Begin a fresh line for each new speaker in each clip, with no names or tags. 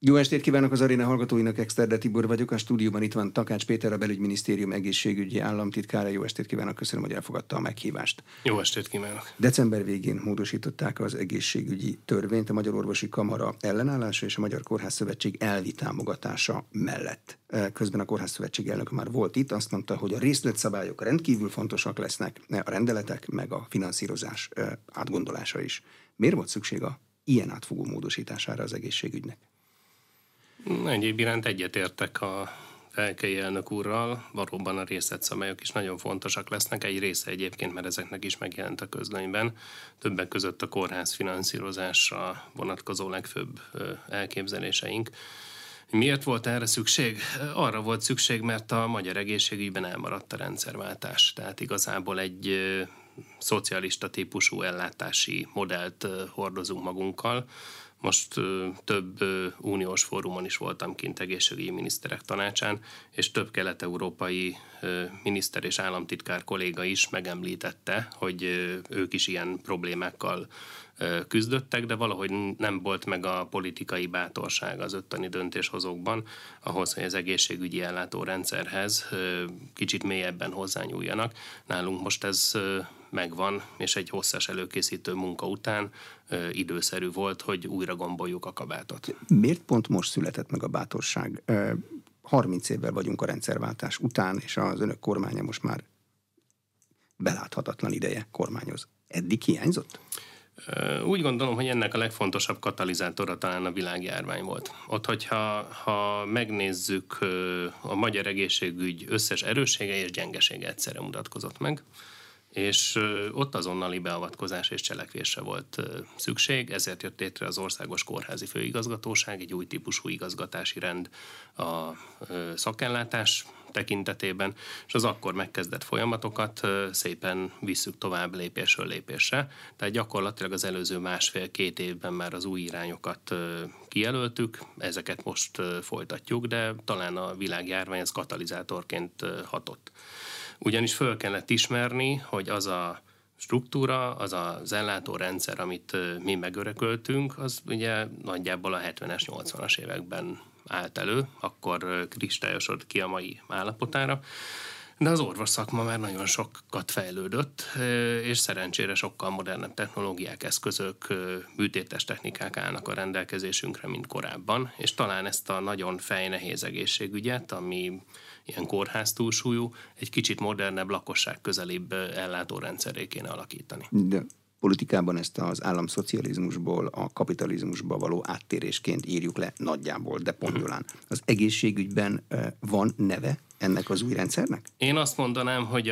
Jó estét kívánok az aréna hallgatóinak, Exterde Tibor vagyok, a stúdióban itt van Takács Péter, a Belügyminisztérium egészségügyi államtitkára. Jó estét kívánok, köszönöm, hogy elfogadta a meghívást.
Jó estét kívánok!
December végén módosították az egészségügyi törvényt a Magyar Orvosi Kamara ellenállása és a Magyar Kórház Szövetség elvi támogatása mellett. Közben a Kórház Szövetség elnöke már volt itt, azt mondta, hogy a részletszabályok rendkívül fontosak lesznek, a rendeletek meg a finanszírozás átgondolása is. Miért volt szükség a ilyen átfogó módosítására az egészségügynek?
Egyéb iránt egyetértek a Felkei elnök úrral, valóban a részletszabályok is nagyon fontosak lesznek, egy része egyébként, mert ezeknek is megjelent a közlönyben, többek között a kórház finanszírozásra vonatkozó legfőbb elképzeléseink. Miért volt erre szükség? Arra volt szükség, mert a magyar egészségügyben elmaradt a rendszerváltás, tehát igazából egy szocialista típusú ellátási modellt hordozunk magunkkal. Most több uniós fórumon is voltam kint egészségügyi miniszterek tanácsán, és több kelet-európai miniszter és államtitkár kolléga is megemlítette, hogy ők is ilyen problémákkal küzdöttek, de valahogy nem volt meg a politikai bátorság az ottani döntéshozókban ahhoz, hogy az egészségügyi ellátórendszerhez kicsit mélyebben hozzányúljanak. Nálunk most ez megvan, és egy hosszas előkészítő munka után időszerű volt, hogy újra gomboljuk a kabátot.
Miért pont most született meg a bátorság? 30 évvel vagyunk a rendszerváltás után, és az önök kormánya most már beláthatatlan ideje kormányoz. Eddig hiányzott?
Úgy gondolom, hogy ennek a legfontosabb katalizátora talán a világjárvány volt. Ott, hogyha megnézzük, a magyar egészségügy összes erőssége és gyengesége egyszerre mutatkozott meg, és ott azonnali beavatkozás és cselekvésre volt szükség, ezért jött létre az Országos Kórházi Főigazgatóság, egy új típusú igazgatási rend a szakellátás tekintetében, és az akkor megkezdett folyamatokat szépen visszük tovább lépésről lépésre. Tehát gyakorlatilag az előző másfél-két évben már az új irányokat kijelöltük, ezeket most folytatjuk, de talán a világjárvány az katalizátorként hatott. Ugyanis föl kellett ismerni, hogy az a struktúra, az az ellátórendszer, amit mi megörököltünk, az ugye nagyjából a 70-es, 80-as években állt elő, akkor kristályosodott ki a mai állapotára. De az orvosszakma már nagyon sokat fejlődött, és szerencsére sokkal modernebb technológiák, eszközök, műtétes technikák állnak a rendelkezésünkre, mint korábban, és talán ezt a nagyon fejnehéz egészségügyet, ami ilyen kórház túlsúlyú, egy kicsit modernebb, lakosság közelibb ellátórendszerré kéne alakítani.
De politikában ezt az államszocializmusból a kapitalizmusba való áttérésként írjuk le nagyjából, de pongyolán. Az egészségügyben van neve ennek az új rendszernek?
Én azt mondanám, hogy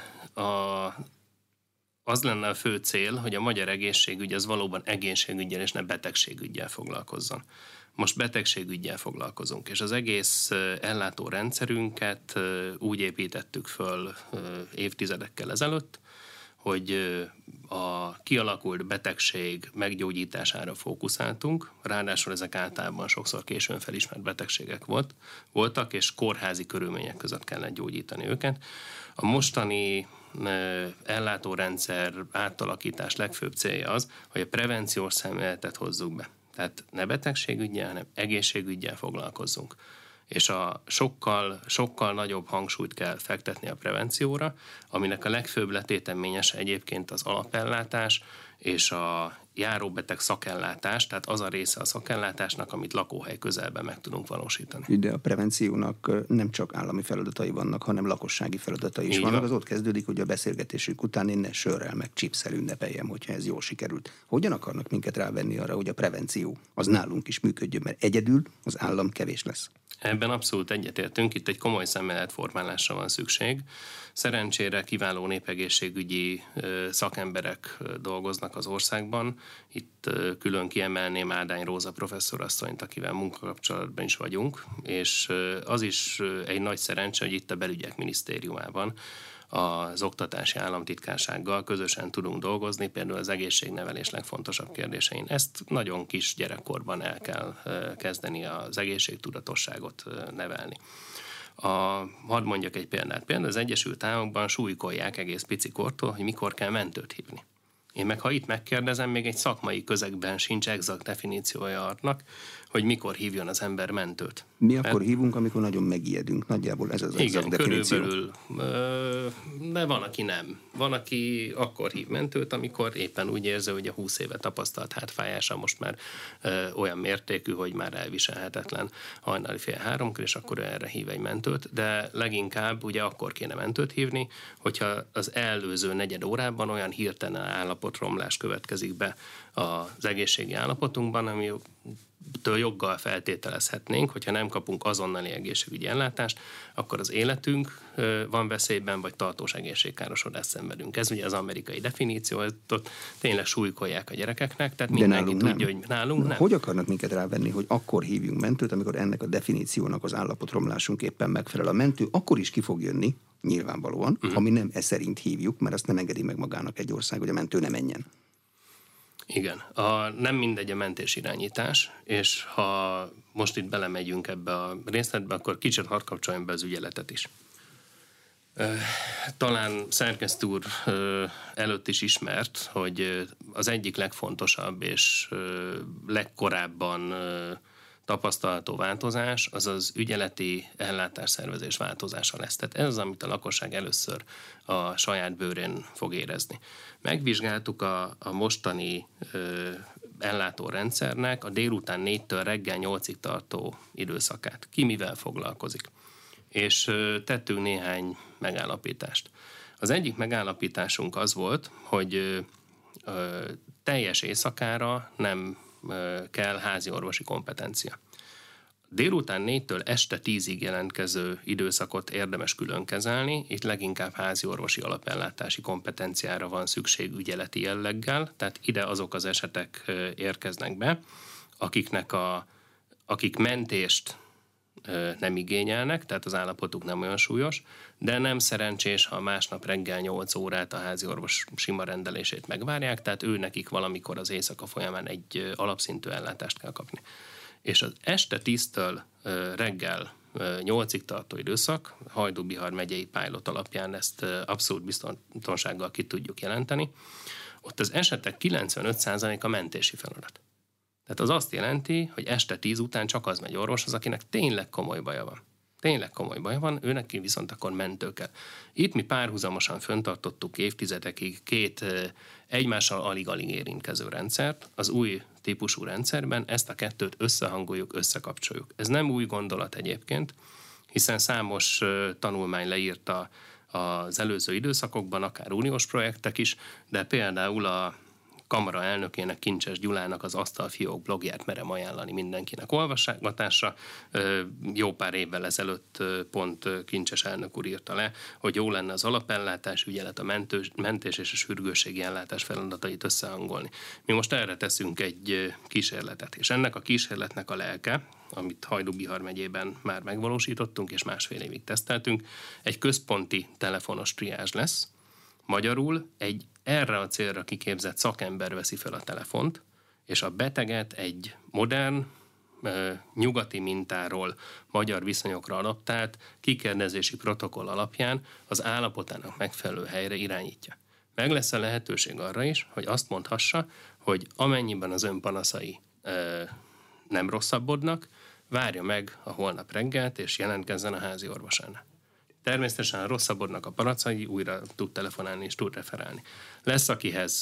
az lenne a fő cél, hogy a magyar egészségügy az valóban egészségüggyel és ne betegségüggyel foglalkozzon. Most betegségüggyel foglalkozunk, és az egész ellátórendszerünket úgy építettük föl évtizedekkel ezelőtt, hogy a kialakult betegség meggyógyítására fókuszáltunk, ráadásul ezek általában sokszor későn felismert betegségek voltak, és kórházi körülmények között kellett gyógyítani őket. A mostani ellátórendszer átalakítás legfőbb célja az, hogy a prevenciós szemléletet hozzuk be. Tehát ne betegségüggyel, hanem egészségüggyel foglalkozzunk. És a sokkal nagyobb hangsúlyt kell fektetni a prevencióra, aminek a legfőbb letéteményese egyébként az alapellátás és a járóbeteg szakellátás, tehát az a része a szakellátásnak, amit lakóhely közelben meg tudunk valósítani.
De a prevenciónak nem csak állami feladatai vannak, hanem lakossági feladatai is vannak. Az ott kezdődik, hogy a beszélgetésünk után én ne sörrel meg chipszel ünnepeljem, hogyha ez jól sikerült. Hogyan akarnak minket rávenni arra, hogy a prevenció az nálunk is működjön, mert egyedül az állam kevés lesz?
Ebben abszolút egyetértünk, itt egy komoly szemléletformálásra van szükség. Szerencsére kiváló népegészségügyi szakemberek dolgoznak az országban. Itt külön kiemelném Ádány Róza professzorasszonyt, akivel munkakapcsolatban is vagyunk, és az is egy nagy szerencse, hogy itt a Belügyek Minisztériumában az oktatási államtitkársággal közösen tudunk dolgozni, például az egészségnevelés legfontosabb kérdésein. Ezt nagyon kis gyerekkorban el kell kezdeni az egészségtudatosságot nevelni. Hadd mondjak egy példát. Például az Egyesült Államokban súlykolják egész picikortól, hogy mikor kell mentőt hívni. Én meg, ha itt megkérdezem, még egy szakmai közegben sincs exakt definíciója annak, hogy mikor hívjon az ember mentőt.
Mi akkor hívunk, amikor nagyon megijedünk. Nagyjából ez az
igen,
definíció.
Körülbelül, de van, aki nem. Van, aki akkor hív mentőt, amikor éppen úgy érzi, hogy a 20 éve tapasztalt hátfájása most már olyan mértékű, hogy már elviselhetetlen hajnali 2:30, és akkor erre hív egy mentőt, de leginkább ugye akkor kéne mentőt hívni, hogyha az előző negyed órában olyan hirtelen állapotromlás következik be az egészségi állapotunkban, ami joggal feltételezhetnénk, hogyha nem kapunk azonnali egészségügyi ellátást, akkor az életünk van veszélyben, vagy tartós egészségkárosodást szenvedünk. Ez ugye az amerikai definíció, ott tényleg súlykolják a gyerekeknek, tehát mindenki tudja, hogy nálunk nem.
Hogy akarnak minket rávenni, hogy akkor hívjunk mentőt, amikor ennek a definíciónak az állapotromlásunk éppen megfelel? A mentő akkor is ki fog jönni, nyilvánvalóan, ha mi nem szerint hívjuk, mert azt nem engedi meg magának egy ország, hogy a mentő ne menjen.
Igen, nem mindegy a mentésirányítás, és ha most itt belemegyünk ebbe a részletbe, akkor kicsit hadd kapcsoljam be az ügyeletet is. Talán szerkesztő úr előtt is ismert, hogy az egyik legfontosabb és legkorábban tapasztalható változás, az az ügyeleti ellátásszervezés változása lesz. Tehát ez az, amit a lakosság először a saját bőrén fog érezni. Megvizsgáltuk a mostani ellátórendszernek a délután 4-től reggel 8-ig tartó időszakát. Ki mivel foglalkozik. És tettünk néhány megállapítást. Az egyik megállapításunk az volt, hogy teljes éjszakára nem kell házi orvosi kompetencia. Délután 4-től este 10-ig jelentkező időszakot érdemes külön kezelni, itt leginkább házi orvosi alapellátási kompetenciára van szükség ügyeleti jelleggel, tehát ide azok az esetek érkeznek be, akik mentést nem igényelnek, tehát az állapotuk nem olyan súlyos, de nem szerencsés, ha másnap reggel 8 órát a házi orvos sima rendelését megvárják, tehát ő nekik valamikor az éjszaka folyamán egy alapszintű ellátást kell kapni. És az este 10-től reggel 8-ig tartó időszak, Hajdú-Bihar megyei pilot alapján ezt abszolút biztonsággal ki tudjuk jelenteni, ott az esetek 95%-a mentési feladat. Tehát az azt jelenti, hogy este 10 után csak az megy orvoshoz, akinek tényleg komoly baja van. Tényleg komoly baj van, őnek viszont akkor mentő kell. Itt mi párhuzamosan fenntartottuk évtizedekig két egymással alig-alig érintkező rendszert. Az új típusú rendszerben ezt a kettőt összehangoljuk, összekapcsoljuk. Ez nem új gondolat egyébként, hiszen számos tanulmány leírta az előző időszakokban, akár uniós projektek is, de például a kamara elnökének, Kincses Gyulának az Asztalfiók blogját merem ajánlani mindenkinek olvasgatásra. Jó pár évvel ezelőtt pont Kincses elnök úr írta le, hogy jó lenne az alapellátás, ügyelet, a mentés és a sürgősségi ellátás feladatait összehangolni. Mi most erre teszünk egy kísérletet, és ennek a kísérletnek a lelke, amit Hajdú-Bihar megyében már megvalósítottunk, és 1,5 évig teszteltünk, egy központi telefonos triázs lesz. Magyarul egy erre a célra kiképzett szakember veszi fel a telefont, és a beteget egy modern, nyugati mintáról magyar viszonyokra adaptált kikérdezési protokoll alapján az állapotának megfelelő helyre irányítja. Meg lesz a lehetőség arra is, hogy azt mondhassa, hogy amennyiben az ön panaszai nem rosszabbodnak, várja meg a holnap reggelt, és jelentkezzen a házi orvosánál. Természetesen, ha rosszabbodnak a panaszai, újra tud telefonálni és tud referálni. Lesz, akihez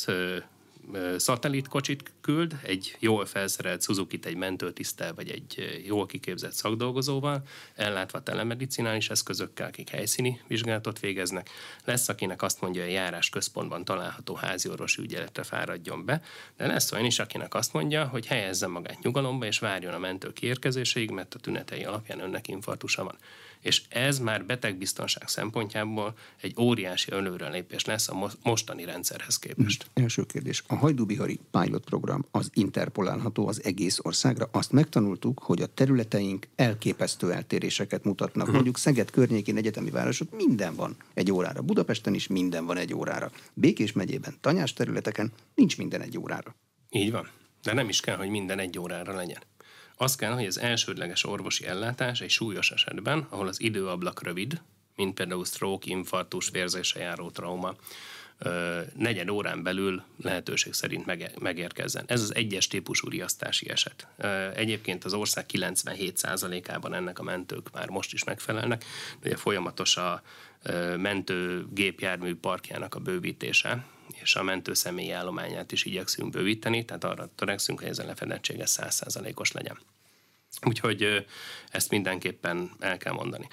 szatellitkocsit küld, egy jól felszerelt Suzukit egy mentőtiszttel, vagy egy jól kiképzett szakdolgozóval, ellátva telemedicinális eszközökkel, akik helyszíni vizsgálatot végeznek. Lesz, akinek azt mondja, hogy a járásközpontban található háziorvosi ügyeletre fáradjon be, de lesz olyan is, akinek azt mondja, hogy helyezze magát nyugalomba, és várjon a mentő kiérkezéséig, mert a tünetei alapján önnek infarktusa van. És ez már betegbiztonság szempontjából egy óriási előrelépés lesz a mostani rendszerhez képest.
Első kérdés. A hajdú-bihari pilot program az interpolálható az egész országra? Azt megtanultuk, hogy a területeink elképesztő eltéréseket mutatnak. Mondjuk Szeged környékén egyetemi városok minden van egy órára. Budapesten is minden van egy órára. Békés megyében, tanyás területeken nincs minden egy órára.
Így van. De nem is kell, hogy minden egy órára legyen. Az kell, hogy az elsődleges orvosi ellátás egy súlyos esetben, ahol az időablak rövid, mint például stroke, infarktus, vérzéssel járó trauma, negyed órán belül lehetőség szerint megérkezzen. Ez az egyes típusú riasztási eset. Egyébként az ország 97%-ában ennek a mentők már most is megfelelnek, de ugye folyamatos a mentőgépjármű parkjának a bővítése, és a mentő személyi állományát is igyekszünk bővíteni, tehát arra törekszünk, hogy ez a lefedettsége 100%-os legyen. Úgyhogy ezt mindenképpen el kell mondani.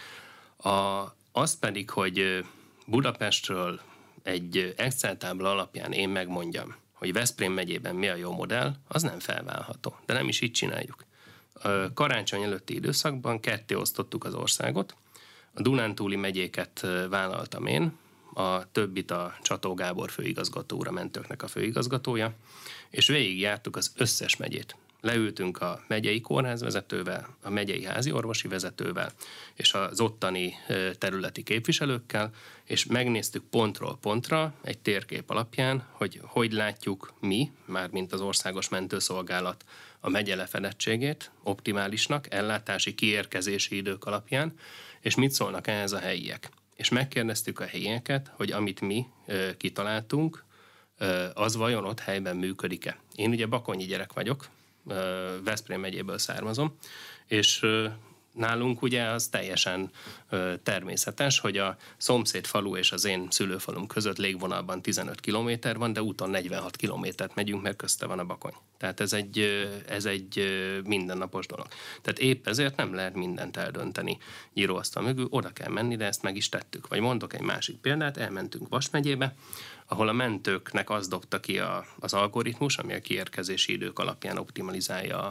Azt pedig, hogy Budapestről egy Excel tábla alapján én megmondjam, hogy Veszprém megyében mi a jó modell, az nem felvállalható. De nem is így csináljuk. Karácsony előtti időszakban ketté osztottuk az országot, a Dunántúli megyéket vállaltam én, a többit a Csató Gábor főigazgató úr, a mentőknek a főigazgatója, és végigjártuk az összes megyét. Leültünk a megyei kórházvezetővel, a megyei háziorvosi vezetővel, és az ottani területi képviselőkkel, és megnéztük pontról pontra egy térkép alapján, hogy látjuk mi, mármint az Országos Mentőszolgálat, a megye lefedettségét optimálisnak, ellátási, kiérkezési idők alapján, és mit szólnak ehhez a helyiek. És megkérdeztük a helyieket, hogy amit mi kitaláltunk, az vajon ott helyben működik-e. Én ugye bakonyi gyerek vagyok, Veszprém megyéből származom, és nálunk ugye az teljesen természetes, hogy a szomszéd falu és az én szülőfalum között légvonalban 15 kilométer van, de úton 46 kilométert megyünk, mert közte van a Bakony. Tehát ez egy mindennapos dolog. Tehát épp ezért nem lehet mindent eldönteni íróasztal mögül, oda kell menni, de ezt meg is tettük. Vagy mondok egy másik példát, elmentünk Vas megyébe, ahol a mentőknek az dobta ki az algoritmus, ami a kiérkezési idők alapján optimalizálja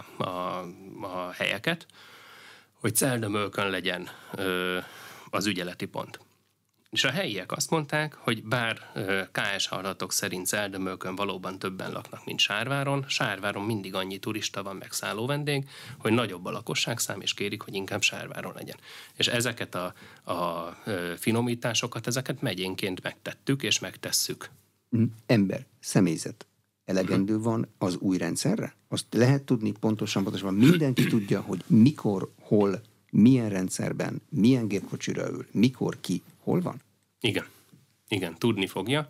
a helyeket, hogy Celdömölkön legyen az ügyeleti pont. És a helyiek azt mondták, hogy bár KS adatok szerint Celdömölkön valóban többen laknak, mint Sárváron mindig annyi turista van, meg szállóvendég, hogy nagyobb a lakosságszám, és kérik, hogy inkább Sárváron legyen. És ezeket a finomításokat, ezeket megyénként megtettük, és megtesszük.
Ember, személyzet. Elegendő van az új rendszerre? Azt lehet tudni pontosan mindenki tudja, hogy mikor, hol, milyen rendszerben, milyen gépkocsira ül, mikor, ki, hol van?
Igen, tudni fogja.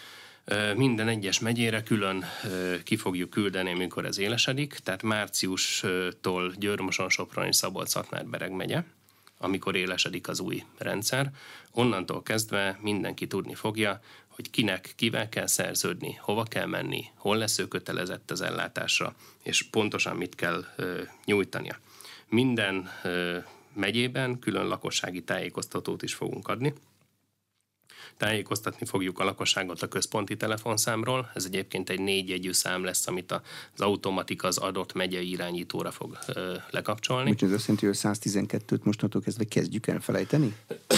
Minden egyes megyére külön ki fogjuk küldeni, amikor ez élesedik, tehát márciustól Győr-Moson, Sopron és Szabolcs-Szatmár-Bereg megye, amikor élesedik az új rendszer. Onnantól kezdve mindenki tudni fogja, hogy kivel kell szerződni, hova kell menni, hol lesz ő kötelezett az ellátásra, és pontosan mit kell nyújtania. Minden megyében külön lakossági tájékoztatót is fogunk adni. Tájékoztatni fogjuk a lakosságot a központi telefonszámról. Ez egyébként egy 4 jegyű szám lesz, amit az automatika az adott megyei irányítóra fog lekapcsolni.
Úgyhogy ez azt jelenti, hogy 112-t mostantól kezdve kezdjük el felejteni?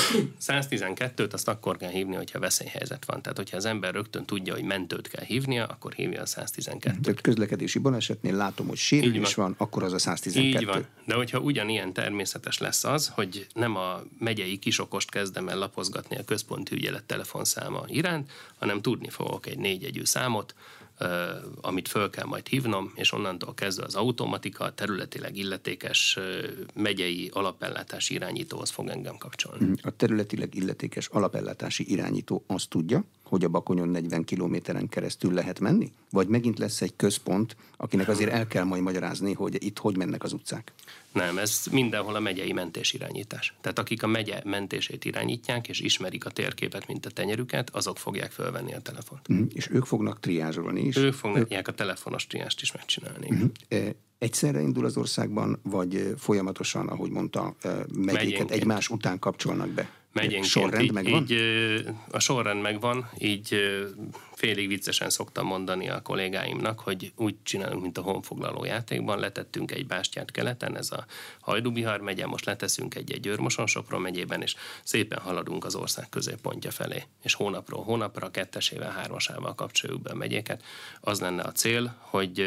112-t azt akkor kell hívni, hogyha veszélyhelyzet van. Tehát, hogyha az ember rögtön tudja, hogy mentőt kell hívnia, akkor hívja a 112-t.
Tehát közlekedési balesetnél látom, hogy sérülés van, akkor az a 112.
Így van. De hogyha ugyanilyen természetes lesz az, hogy nem a megyei kisokost kezdem el lapozgatni a központi ügyelet telefonszáma iránt, hanem tudni fogok egy 4 jegyű számot, amit föl kell majd hívnom, és onnantól kezdve az automatika területileg illetékes megyei alapellátási irányítóhoz fog engem kapcsolni.
A területileg illetékes alapellátási irányító azt tudja, hogy a Bakonyon 40 kilométeren keresztül lehet menni? Vagy megint lesz egy központ, akinek azért el kell majd magyarázni, hogy itt hogy mennek az utcák?
Nem, ez mindenhol a megyei mentésirányítás. Tehát akik a megye mentését irányítják, és ismerik a térképet, mint a tenyerüket, azok fogják fölvenni a telefont.
És ők fognak triázsolni is?
Ők fogják a telefonos triást is megcsinálni.
Egyszerre indul az országban, vagy folyamatosan, ahogy mondta, megyéket egymás után kapcsolnak be? Sorrend megvan?
Így a sorrend megvan, így félig viccesen szoktam mondani a kollégáimnak, hogy úgy csinálunk, mint a honfoglaló játékban, letettünk egy bástyát keleten, ez a Hajdú-Bihar megye, most leteszünk egy Győr-Moson-Sopron megyében, és szépen haladunk az ország középpontja felé. És hónapról hónapra, 2-esével, 3-asával kapcsoljuk be a megyéket. Az lenne a cél, hogy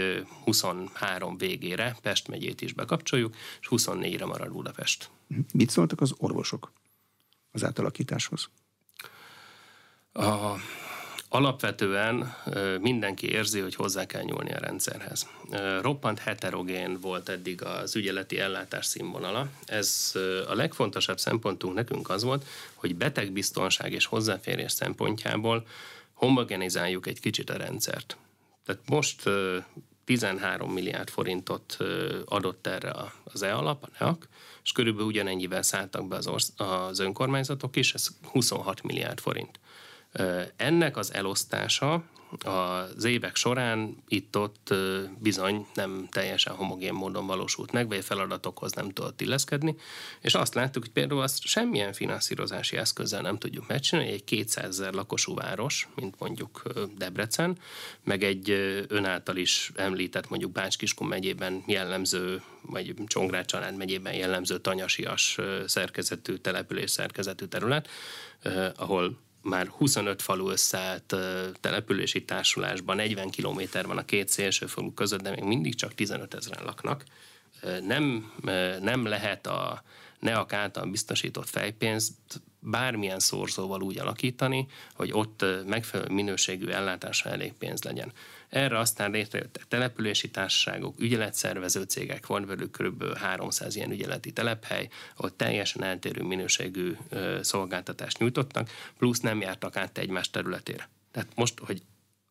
23 végére Pest megyét is bekapcsoljuk, és 24-re marad Budapest.
Mit szóltak az orvosok az átalakításhoz?
Alapvetően mindenki érzi, hogy hozzá kell nyúlni a rendszerhez. Roppant heterogén volt eddig az ügyeleti ellátás színvonala. Ez a legfontosabb szempontunk nekünk az volt, hogy betegbiztonság és hozzáférés szempontjából homogenizáljuk egy kicsit a rendszert. Tehát most 13 milliárd forintot adott erre az E-alap, a NEAK, és körülbelül ugyanennyivel szálltak be az önkormányzatok is, ez 26 milliárd forint. Ennek az elosztása az évek során itt-ott bizony nem teljesen homogén módon valósult meg, vagy a feladatokhoz nem tudott illeszkedni, és azt láttuk, hogy például azt semmilyen finanszírozási eszközzel nem tudjuk megcsinálni, egy 200 000 lakosú város, mint mondjuk Debrecen, meg egy ön által is említett mondjuk Bács-Kiskun megyében jellemző, vagy Csongrád-Csanád megyében jellemző tanyasias szerkezetű település, szerkezetű terület, ahol már 25 falu összeállt települési társulásban, 40 kilométer van a két szélső falu között, de még mindig csak 15 000 laknak. Nem lehet a NEAK által biztosított fejpénzt bármilyen szorzóval úgy alakítani, hogy ott megfelelő minőségű ellátásra elég pénz legyen. Erre aztán létrejöttek települési társaságok, ügyeletszervező cégek, van velük kb. 300 ilyen ügyeleti telephely, ahol teljesen eltérő minőségű szolgáltatást nyújtottak, plusz nem jártak át egymás területére. Tehát most, hogy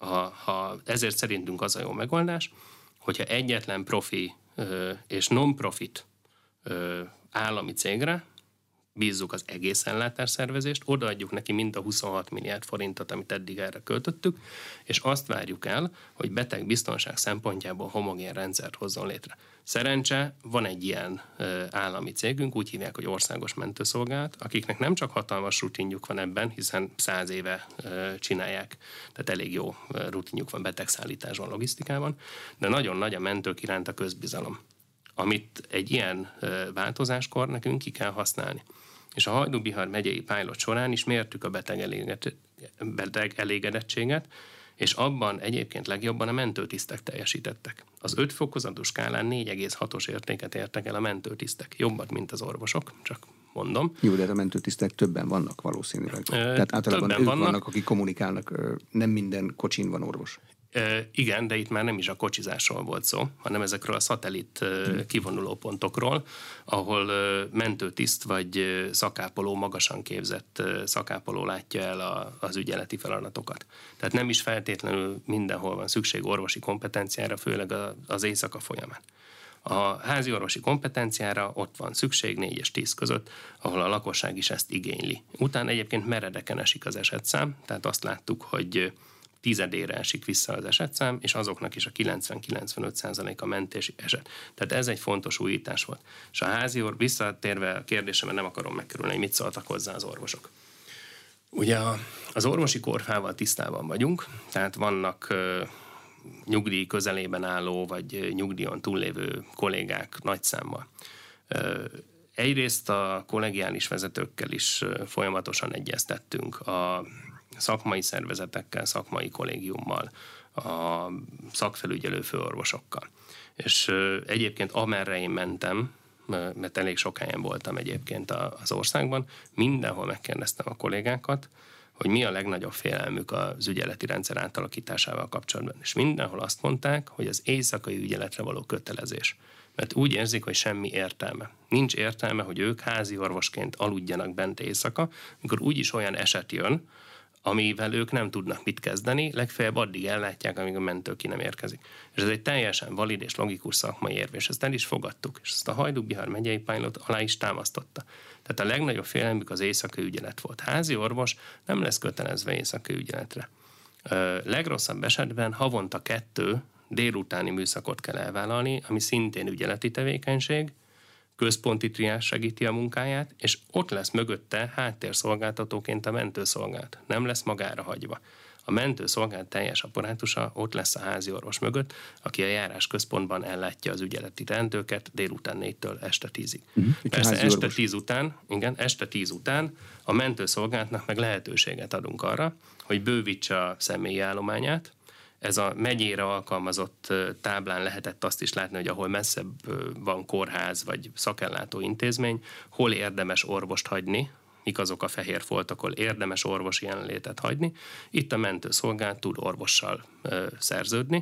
ezért szerintünk az a jó megoldás, hogyha egyetlen profi és non-profit állami cégre bízzuk az egész ellátásszervezést, odaadjuk neki mind a 26 milliárd forintot, amit eddig erre költöttük, és azt várjuk el, hogy betegbiztonság szempontjából homogén rendszert hozzon létre. Szerencse, van egy ilyen állami cégünk, úgy hívják, hogy Országos Mentőszolgálat, akiknek nem csak hatalmas rutinjuk van ebben, hiszen 100 éve csinálják, tehát elég jó rutinjuk van betegszállításban, logisztikában, de nagyon nagy a mentők iránt a közbizalom, amit egy ilyen változáskor nekünk ki kell használni. És a Hajdú-Bihar megyei pilot során is mértük a beteg elégedettséget, és abban egyébként legjobban a mentőtisztek teljesítettek. Az 5 fokozatos skálán 4,6-os értéket értek el a mentőtisztek. Jobbat, mint az orvosok, csak mondom.
Jó, de a mentőtisztek többen vannak valószínűleg. Tehát általában ők vannak, akik kommunikálnak, nem minden kocsin van orvos.
Igen, de itt már nem is a kocsizásról volt szó, hanem ezekről a szatellit kivonuló pontokról, ahol mentőtiszt vagy szakápoló, magasan képzett szakápoló látja el az ügyeleti feladatokat. Tehát nem is feltétlenül mindenhol van szükség orvosi kompetenciára, főleg az éjszaka folyamán. A házi orvosi kompetenciára ott van szükség 4 és 10 között, ahol a lakosság is ezt igényli. Utána egyébként meredeken esik az esetszám, tehát azt láttuk, hogy 10-ére esik vissza az esetszám, és azoknak is a 90-95% a mentési eset. Tehát ez egy fontos újítás volt. És a házi orvos, visszatérve a kérdésemre, nem akarom megkerülni, hogy mit szóltak hozzá az orvosok. Ugye az orvosi kórhával tisztában vagyunk, tehát vannak nyugdíj közelében álló, vagy nyugdíjon túllévő kollégák nagy számmal. Egyrészt a kollegiális vezetőkkel is folyamatosan egyeztettünk, a szakmai szervezetekkel, szakmai kollégiummal, a szakfelügyelő főorvosokkal. És egyébként amerre én mentem, mert elég sok helyen voltam egyébként az országban, mindenhol megkérdeztem a kollégákat, hogy mi a legnagyobb félelmük az ügyeleti rendszer átalakításával kapcsolatban. És mindenhol azt mondták, hogy az éjszakai ügyeletre való kötelezés. Mert úgy érzik, hogy semmi értelme. Nincs értelme, hogy ők házi orvosként aludjanak bent éjszaka, amikor úgyis olyan eset jön, amivel ők nem tudnak mit kezdeni, legfeljebb addig ellátják, amíg a mentő ki nem érkezik. És ez egy teljesen valid és logikus szakmai érv, és ezt el is fogadtuk. És ezt a Hajdú-Bihar megyei pilot alá is támasztotta. Tehát a legnagyobb félelmük az éjszakai ügyelet volt. Házi orvos nem lesz kötelezve éjszakai ügyeletre. Legrosszabb esetben havonta 2 délutáni műszakot kell elvállalni, ami szintén ügyeleti tevékenység, központi triás segíti a munkáját, és ott lesz mögötte háttérszolgáltatóként a mentőszolgálat. Nem lesz magára hagyva. A mentőszolgálat teljes apparátusa ott lesz a házi orvos mögött, aki a járás központban ellátja az ügyeleti teendőket délután 4-től este 10-ig. Persze este 10 után a mentőszolgálatnak meg lehetőséget adunk arra, hogy bővítse a személyi állományát. Ez a megyére alkalmazott táblán lehetett azt is látni, hogy ahol messzebb van kórház vagy szakellátó intézmény, hol érdemes orvost hagyni, mik azok a fehér foltok, ahol érdemes orvosi jelenlétet hagyni. Itt a mentőszolgálat tud orvossal szerződni.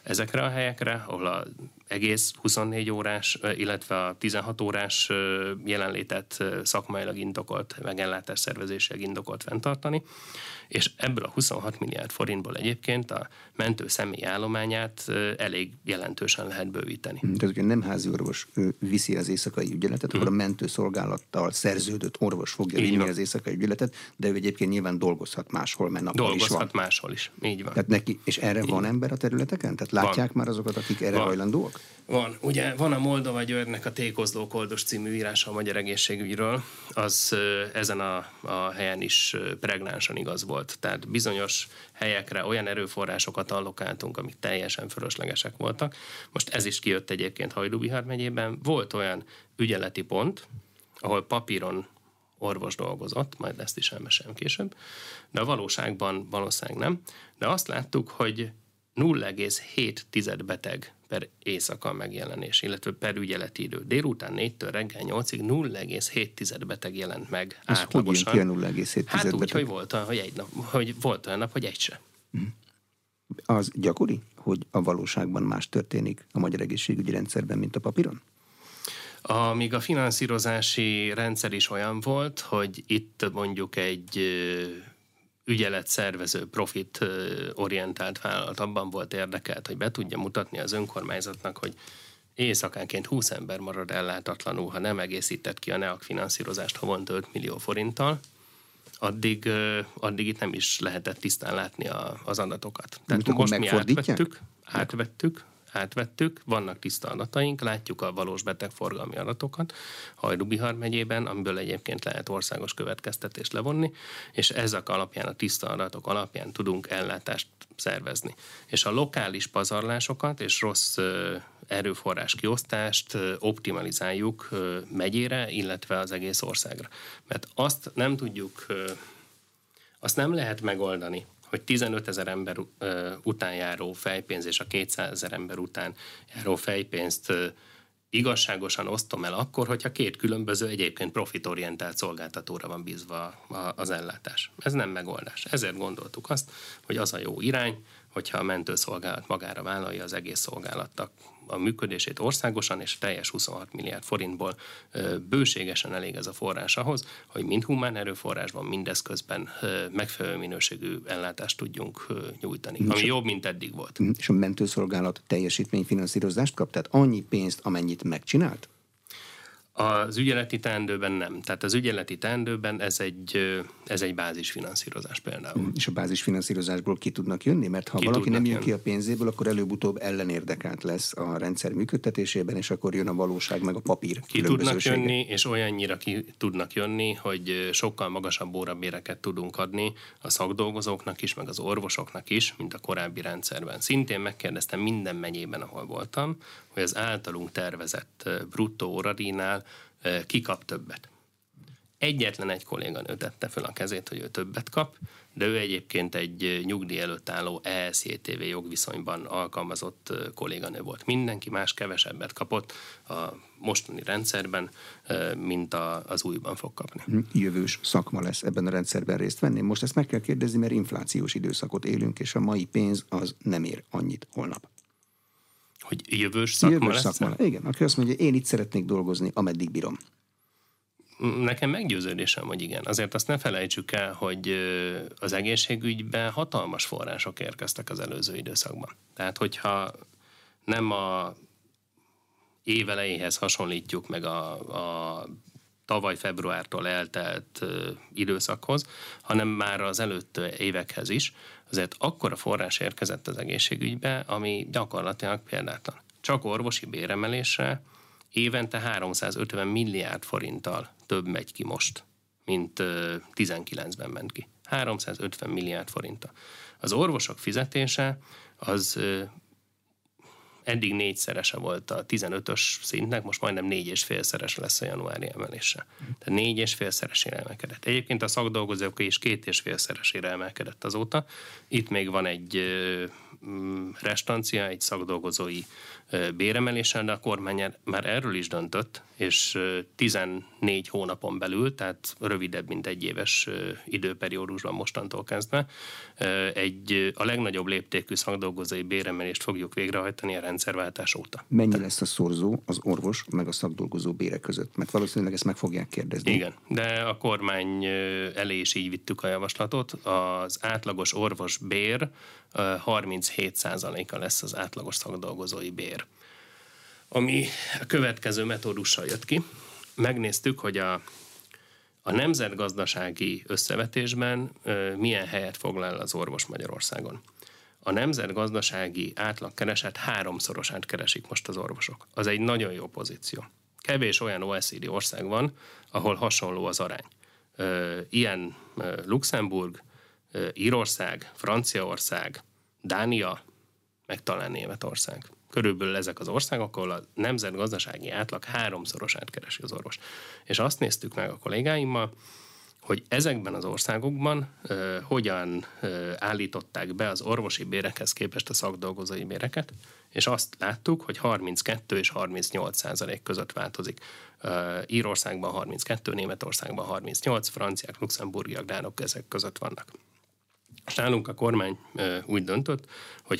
ezekre a helyekre, ahol az egész 24 órás, illetve a 16 órás jelenlétet szakmailag indokolt, meg ellátásszervezésileg indokolt fenntartani, és ebből a 26 milliárd forintból egyébként a mentő személy állományát elég jelentősen lehet bővíteni.
Tehát, hogyha nem háziorvos viszi az éjszakai ügyeletet, akkor a mentőszolgálattal szerződött orvos fogja vinni az éjszakai ügyeletet, de ő egyébként nyilván dolgozhat máshol, mert nappal is van.
Dolgozhat máshol is, így van.
Tehát neki, és erre van ember a területeken? Tehát látják már azokat, akik erre hajlandóak?
Van. Ugye van a Moldova Györgynek a Tékozló Koldos című írása a magyar egészségügyről, az ezen a helyen is pregnánsan igaz volt. Tehát bizonyos helyekre olyan erőforrásokat allokáltunk, amik teljesen fölöslegesek voltak. Most ez is kijött egyébként Hajdú-Bihar megyében. Volt olyan ügyeleti pont, ahol papíron orvos dolgozott, majd ezt is elmesélem később, de a valóságban valószínűleg nem. De azt láttuk, hogy 0,7 beteg per éjszaka megjelenés, illetve per ügyeleti idő. Délután 4-től reggel 8-ig 0,7 beteg jelent meg
ez
átlagosan.
Hogy jön ki a 0,7
hát úgy,
beteg?
hogy volt olyan nap, hogy egy se.
Az gyakori, hogy a valóságban más történik a magyar egészségügyi rendszerben, mint a papíron?
Amíg a finanszírozási rendszer is olyan volt, hogy itt mondjuk egy ügyeletszervező, profit-orientált vállalat abban volt érdekelt, hogy be tudja mutatni az önkormányzatnak, hogy éjszakánként 20 ember marad ellátatlanul, ha nem egészített ki a NEAK finanszírozást havonta 5 millió forinttal, addig itt nem is lehetett tisztán látni az adatokat. Tehát most mi átvettük, vannak tiszta adataink, látjuk a valós betegforgalmi adatokat Hajdú-Bihar megyében, amiből egyébként lehet országos következtetést levonni, és ezek alapján, a tiszta adatok alapján tudunk ellátást szervezni. És a lokális pazarlásokat és rossz erőforrás kiosztást optimalizáljuk megyére, illetve az egész országra. Mert azt nem lehet megoldani, hogy 15 000 ember után járó fejpénz és a 200 000 ember után járó fejpénzt igazságosan osztom el akkor, hogyha két különböző egyébként profitorientált szolgáltatóra van bízva az ellátás. Ez nem megoldás. Ezért gondoltuk azt, hogy az a jó irány, hogyha a mentőszolgálat magára vállalja az egész szolgálatnak a működését országosan, és teljes 26 milliárd forintból bőségesen elég ez a forrás ahhoz, hogy mind humán erőforrásban, mindeszközben megfelelő minőségű ellátást tudjunk nyújtani, ami jobb, mint eddig volt.
És a mentőszolgálat teljesítményfinanszírozást kap? Tehát annyi pénzt, amennyit megcsinált?
Az ügyeleti teendőben nem. Tehát az ügyeleti teendőben ez egy bázisfinanszírozás például.
És a bázisfinanszírozásból ki tudnak jönni? Mert ha valaki nem jön ki a pénzéből, akkor előbb-utóbb ellenérdekelt lesz a rendszer működtetésében, és akkor jön a valóság meg a papír
ki tudnak jönni, és olyannyira ki tudnak jönni, hogy sokkal magasabb órabéreket tudunk adni a szakdolgozóknak is, meg az orvosoknak is, mint a korábbi rendszerben. Szintén megkérdeztem minden megyében, ahol voltam, hogy az általunk tervezett bruttó óradíjnál ki kap többet. Egyetlen egy kolléganő tette fel a kezét, hogy ő többet kap, de ő egyébként egy nyugdíj előtt álló ESJTV jogviszonyban alkalmazott kolléganő volt. Mindenki más kevesebbet kapott a mostani rendszerben, mint az újban fog kapni.
Jövős szakma lesz ebben a rendszerben részt venni. Most ezt meg kell kérdezni, mert inflációs időszakot élünk, és a mai pénz az nem ér annyit holnap.
Hogy jövős szakma lesz?
Igen, aki azt mondja, én itt szeretnék dolgozni, ameddig bírom.
Nekem meggyőződésem, hogy igen. Azért azt ne felejtsük el, hogy az egészségügyben hatalmas források érkeztek az előző időszakban. Tehát, hogyha nem a év elejéhez hasonlítjuk meg a tavaly februártól eltelt időszakhoz, hanem már az előtt évekhez is, azért akkora forrás érkezett az egészségügybe, ami gyakorlatilag példátlan. Csak orvosi béremelésre évente 350 milliárd forinttal több megy ki most, mint 19-ben ment ki. 350 milliárd forinttal. Az orvosok fizetése az eddig 4-szerese volt a 15-ös szintnek, most majdnem 4,5-szeres lesz a januári emelése. Tehát 4,5-szeresére emelkedett. Egyébként a szakdolgozók is 2,5-szeresére emelkedett azóta. Itt még van egy restancia, egy szakdolgozói béremeléssel, de a kormány már erről is döntött, és 14 hónapon belül, tehát rövidebb, mint egy éves időperiódusban mostantól kezdve, a legnagyobb léptékű szakdolgozói béremelést fogjuk végrehajtani a rendszerváltás óta.
Mennyi lesz a szorzó az orvos meg a szakdolgozó bére között? Mert valószínűleg ezt meg fogják kérdezni.
Igen, de a kormány elé is így vittük a javaslatot. Az átlagos orvos bér 37%-a lesz az átlagos szakdolgozói bér. Ami a következő metódussal jött ki. Megnéztük, hogy a nemzetgazdasági összevetésben milyen helyet foglal az orvos Magyarországon. A nemzetgazdasági átlagkereset 3-szorosát keresik most az orvosok. Az egy nagyon jó pozíció. Kevés olyan OECD ország van, ahol hasonló az arány. Ilyen Luxemburg, Írország, Franciaország, Dánia, meg talán Németország. Körülbelül ezek az országok, ahol a nemzetgazdasági átlag 3-szorosát keresi az orvos. És azt néztük meg a kollégáimmal, hogy ezekben az országokban hogyan állították be az orvosi bérekhez képest a szakdolgozói béreket, és azt láttuk, hogy 32 és 38% között változik. Írországban 32, Németországban 38, franciák, luxemburgiak, dánok ezek között vannak. És nálunk a kormány úgy döntött, hogy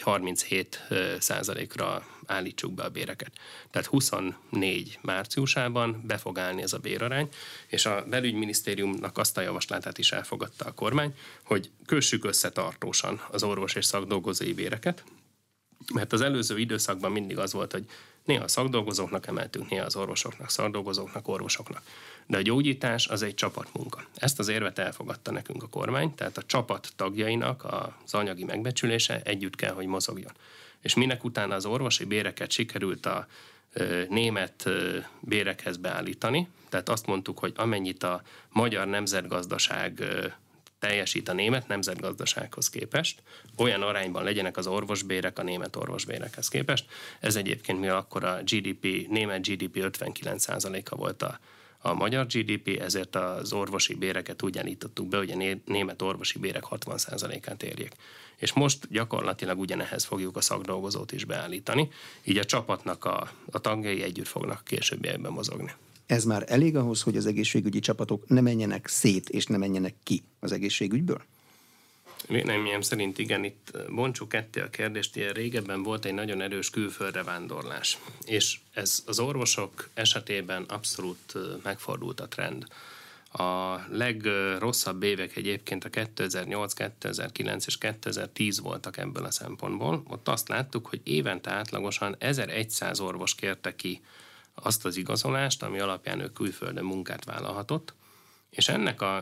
37%-ra állítsuk be a béreket. Tehát 24 márciusában be fog állni ez a bérarány, és a belügyminisztériumnak azt a javaslatát is elfogadta a kormány, hogy kössük össze tartósan az orvos és szakdolgozói béreket, mert az előző időszakban mindig az volt, hogy néha a szakdolgozóknak emeltünk, néha az orvosoknak, szakdolgozóknak, orvosoknak. De a gyógyítás az egy csapatmunka. Ezt az érvet elfogadta nekünk a kormány, tehát a csapat tagjainak az anyagi megbecsülése együtt kell, hogy mozogjon. És minek utána az orvosi béreket sikerült a német bérekhez beállítani, tehát azt mondtuk, hogy amennyit a magyar nemzetgazdaság teljesít a német nemzetgazdasághoz képest, olyan arányban legyenek az orvosbérek a német orvosbérekhez képest. Ez egyébként, mivel akkor a német GDP 59%-a volt a magyar GDP, ezért az orvosi béreket úgy állítottuk be, hogy a német orvosi bérek 60%-át érjék. És most gyakorlatilag ugyanehhez fogjuk a szakdolgozót is beállítani, így a csapatnak a tagjai együtt fognak későbbiekben mozogni.
Ez már elég ahhoz, hogy az egészségügyi csapatok ne menjenek szét és ne menjenek ki az egészségügyből?
Véleményem szerint igen, itt bontsuk ketté a kérdést, ilyen régebben volt egy nagyon erős külföldre vándorlás, és ez az orvosok esetében abszolút megfordult a trend. A legrosszabb évek egyébként a 2008, 2009 és 2010 voltak ebből a szempontból. Ott azt láttuk, hogy évente átlagosan 1100 orvos kérte ki azt az igazolást, ami alapján ő külföldön munkát vállalhatott, és ennek a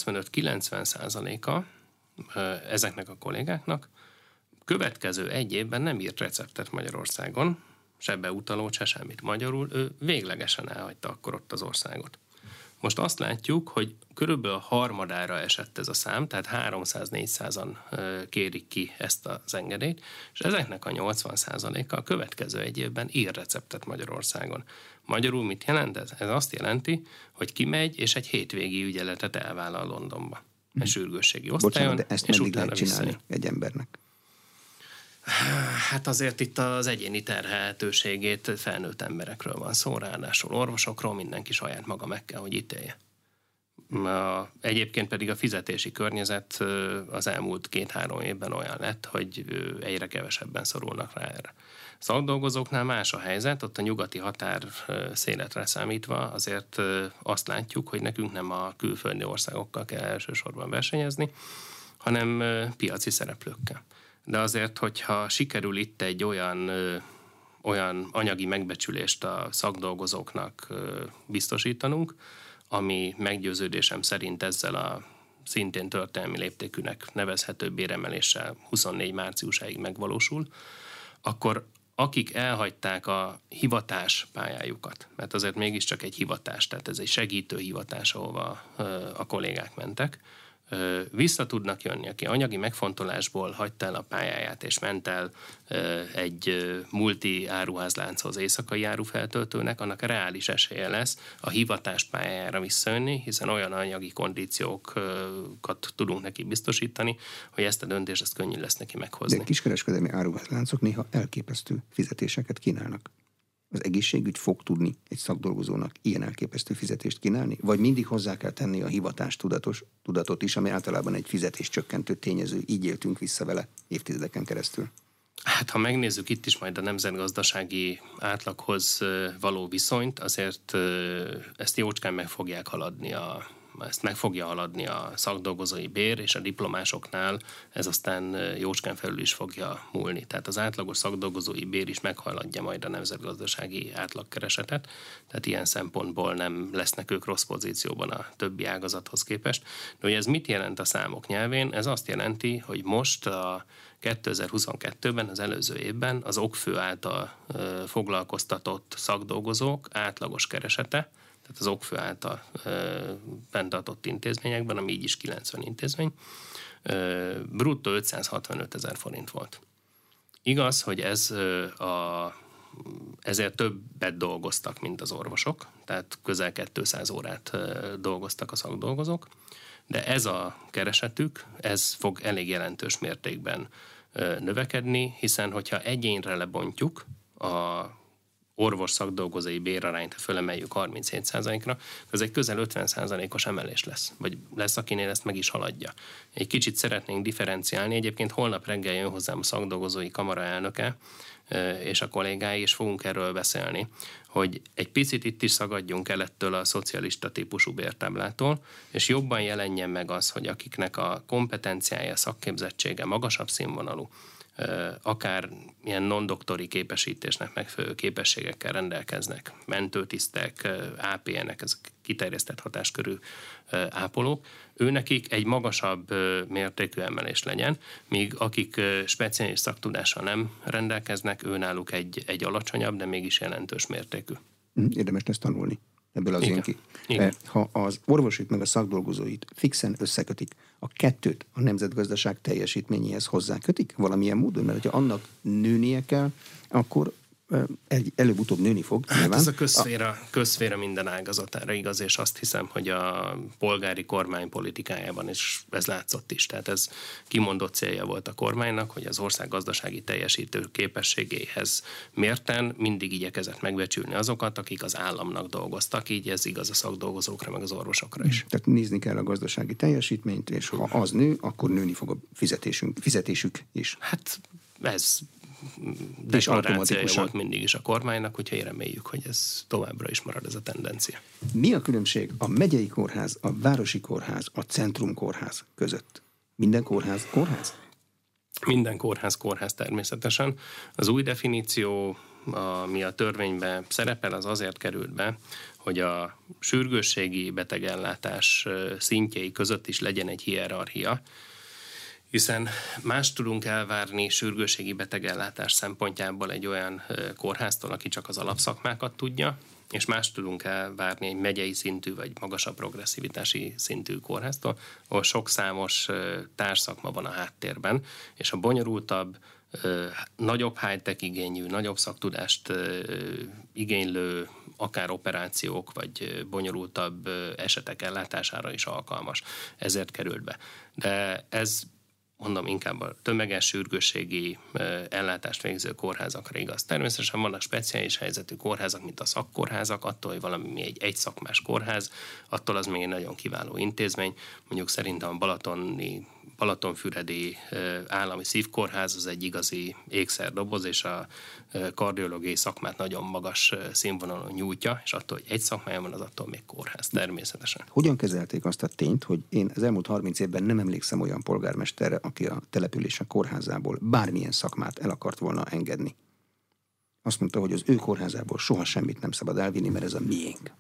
85-90%-a ezeknek a kollégáknak következő egy évben nem írt receptet Magyarországon, se beutalót, se semmit magyarul, ő véglegesen elhagyta akkor ott az országot. Most azt látjuk, hogy körülbelül a harmadára esett ez a szám, tehát 300-400-an kérik ki ezt az engedélyt, és ezeknek a 80%-a a következő egy évben ír receptet Magyarországon. Magyarul mit jelent ez? Ez azt jelenti, hogy kimegy, és egy hétvégi ügyeletet elvállal Londonba. Egy sürgősségi osztályon,
Bocsánat, de ezt
és
meddig
utána
lehet csinálni
visszajön.
egy embernek?
Hát azért itt az egyéni terhelhetőségét felnőtt emberekről van szó, ráadásul orvosokról, mindenki saját maga meg kell, hogy ítélje. Egyébként pedig a fizetési környezet az elmúlt 2-3 évben olyan lett, hogy egyre kevesebben szorulnak rá erre. Szakdolgozóknál más a helyzet, ott a nyugati határ széletre számítva azért azt látjuk, hogy nekünk nem a külföldi országokkal kell elsősorban versenyezni, hanem piaci szereplőkkel. De azért, hogyha sikerül itt egy olyan anyagi megbecsülést a szakdolgozóknak biztosítanunk, ami meggyőződésem szerint ezzel a szintén történelmi léptékűnek nevezhető béremeléssel 24 márciusáig megvalósul, akkor akik elhagyták a hivatás pályájukat, mert azért mégiscsak egy hivatás, tehát ez egy segítő hivatás, ahova a kollégák mentek, vissza tudnak jönni, aki anyagi megfontolásból hagyta el a pályáját, és ment el egy multi áruházlánchoz, éjszakai árufeltöltőnek, annak reális esélye lesz a hivatás pályájára visszajönni, hiszen olyan anyagi kondíciókat tudunk neki biztosítani, hogy ezt a döntést ezt könnyű lesz neki meghozni.
De kiskereskedelmi áruházláncok néha elképesztő fizetéseket kínálnak. Az egészségügy fog tudni egy szakdolgozónak ilyen elképesztő fizetést kínálni? Vagy mindig hozzá kell tenni a hivatás tudatot is, ami általában egy fizetéscsökkentő tényező. Így éltünk vissza vele évtizedeken keresztül.
Hát, ha megnézzük itt is majd a nemzetgazdasági átlaghoz való viszonyt, azért ezt jócskán meg fogja haladni a szakdolgozói bér, és a diplomásoknál ez aztán jócskán felül is fogja múlni. Tehát az átlagos szakdolgozói bér is meghaladja majd a nemzetgazdasági átlagkeresetet, tehát ilyen szempontból nem lesznek ők rossz pozícióban a többi ágazathoz képest. De hogy ez mit jelent a számok nyelvén? Ez azt jelenti, hogy most a 2022-ben, az előző évben az okfő által foglalkoztatott szakdolgozók átlagos keresete, tehát az okfő által fenntartott intézményekben, ami így is 90 intézmény, bruttó 565 000 forint volt. Igaz, hogy ezért többet dolgoztak, mint az orvosok, tehát közel 200 órát dolgoztak a szakdolgozók, de ez a keresetük, ez fog elég jelentős mértékben növekedni, hiszen hogyha egyénre lebontjuk a orvos szakdolgozói bérarányt, ha fölemeljük 37%-ra, ez egy közel 50%-os emelés lesz, vagy lesz, akinél ezt meg is haladja. Egy kicsit szeretnénk differenciálni, egyébként holnap reggel jön hozzám a szakdolgozói kamara elnöke, és a kollégái, és fogunk erről beszélni, hogy egy picit itt is szagadjunk el ettől a szocialista típusú bértáblától, és jobban jelenjen meg az, hogy akiknek a kompetenciája, szakképzettsége magasabb színvonalú, akár ilyen non-doktori képesítésnek megfelelő képességekkel rendelkeznek, mentőtisztek, APN-ek, ezek kiterjesztett hatáskörű ápolók, őnekik egy magasabb mértékű emelés legyen, míg akik speciális szaktudással nem rendelkeznek, őnáluk egy alacsonyabb, de mégis jelentős mértékű.
Érdemes lesz tanulni. Ebből az jön ki. Ha az orvosit meg a szakdolgozóit fixen összekötik, a kettőt a nemzetgazdaság teljesítményéhez hozzákötik valamilyen módon? Mert ha annak nőnie kell, akkor előbb-utóbb nőni fog.
Hát ez a közszféra minden ágazatára igaz, és azt hiszem, hogy a polgári kormány politikájában is ez látszott is. Tehát ez kimondott célja volt a kormánynak, hogy az ország gazdasági teljesítő képességéhez mérten mindig igyekezett megbecsülni azokat, akik az államnak dolgoztak, így ez igaz a szakdolgozókra, meg az orvosokra is.
Tehát nézni kell a gazdasági teljesítményt, és ha az nő, akkor nőni fog a fizetésük is.
Hát ez deklarációja volt mindig is a kormánynak, úgyhogy reméljük, hogy ez továbbra is marad ez a tendencia.
Mi a különbség a megyei kórház, a városi kórház, a centrum kórház között? Minden kórház kórház?
Minden kórház természetesen. Az új definíció, ami a törvényben szerepel, az azért került be, hogy a sürgősségi betegellátás szintjei között is legyen egy hierarchia, hiszen más tudunk elvárni sürgősségi betegellátás szempontjából egy olyan kórháztól, aki csak az alapszakmákat tudja, és más tudunk elvárni egy megyei szintű vagy magasabb progresszivitási szintű kórháztól, ahol sok számos társszakma van a háttérben, és a bonyolultabb, nagyobb high-tech igényű, nagyobb szaktudást igénylő akár operációk vagy bonyolultabb esetek ellátására is alkalmas. Ezért került be. De ez, mondom, inkább a tömeges sürgősségi ellátást végző kórházakra igaz. Természetesen vannak speciális helyzetű kórházak, mint a szakkórházak, attól, hogy valami egy szakmás kórház, attól az még egy nagyon kiváló intézmény. Mondjuk szerintem a Balatonfüredi állami szívkórház az egy igazi ékszerdoboz, és a kardiológiai szakmát nagyon magas színvonalon nyújtja, és attól, hogy egy szakmája van, az attól még kórház, természetesen.
Hogyan kezelték azt a tényt, hogy én az elmúlt 30 évben nem emlékszem olyan polgármesterre, aki a települések kórházából bármilyen szakmát el akart volna engedni? Azt mondta, hogy az ő kórházából soha semmit nem szabad elvinni, mert ez a miénk.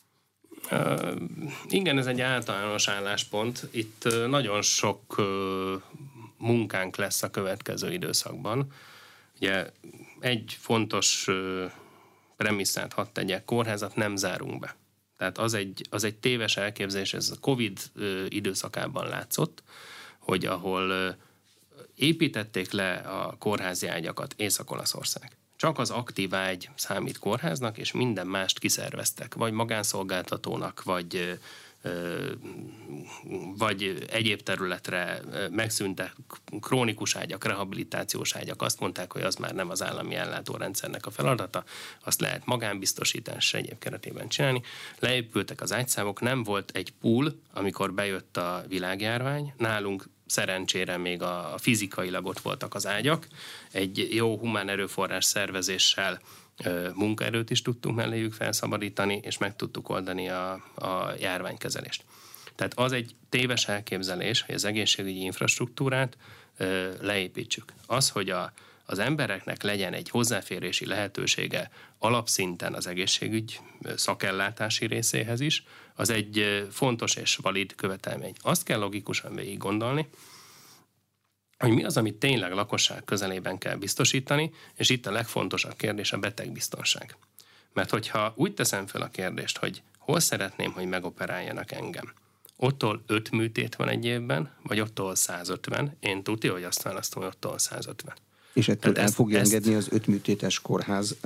Igen, ez egy általános álláspont. Itt nagyon sok munkánk lesz a következő időszakban. Ugye egy fontos premisszát hadd tegyek, kórházat nem zárunk be. Tehát az egy téves elképzelés, ez a Covid időszakában látszott, hogy ahol építették le a kórházi ágyakat, Észak-Olaszország. Csak az aktív ágy számít kórháznak, és minden mást kiszerveztek, vagy magánszolgáltatónak, vagy egyéb területre megszűntek krónikus ágyak, rehabilitációs ágyak. Azt mondták, hogy az már nem az állami ellátórendszernek a feladata, azt lehet magánbiztosítás egyéb keretében csinálni. Leépültek az ágyszámok, nem volt egy pool, amikor bejött a világjárvány. Nálunk szerencsére még a fizikailag ott voltak az ágyak. Egy jó humán erőforrás szervezéssel munkaerőt is tudtunk melléjük felszabadítani, és meg tudtuk oldani a járványkezelést. Tehát az egy téves elképzelés, hogy az egészségügyi infrastruktúrát leépítsük. Az, hogy az embereknek legyen egy hozzáférési lehetősége alapszinten az egészségügy szakellátási részéhez is, az egy fontos és valid követelmény. Azt kell logikusan végig gondolni, hogy mi az, amit tényleg lakosság közelében kell biztosítani, és itt a legfontosabb kérdés a betegbiztonság. Mert hogyha úgy teszem fel a kérdést, hogy hol szeretném, hogy megoperáljanak engem, ottól 5 műtét van egy évben, vagy ottól 150, én tudja, hogy azt választom, hogy ottól 150.
És ettől el fogja engedni az 5 műtétes kórház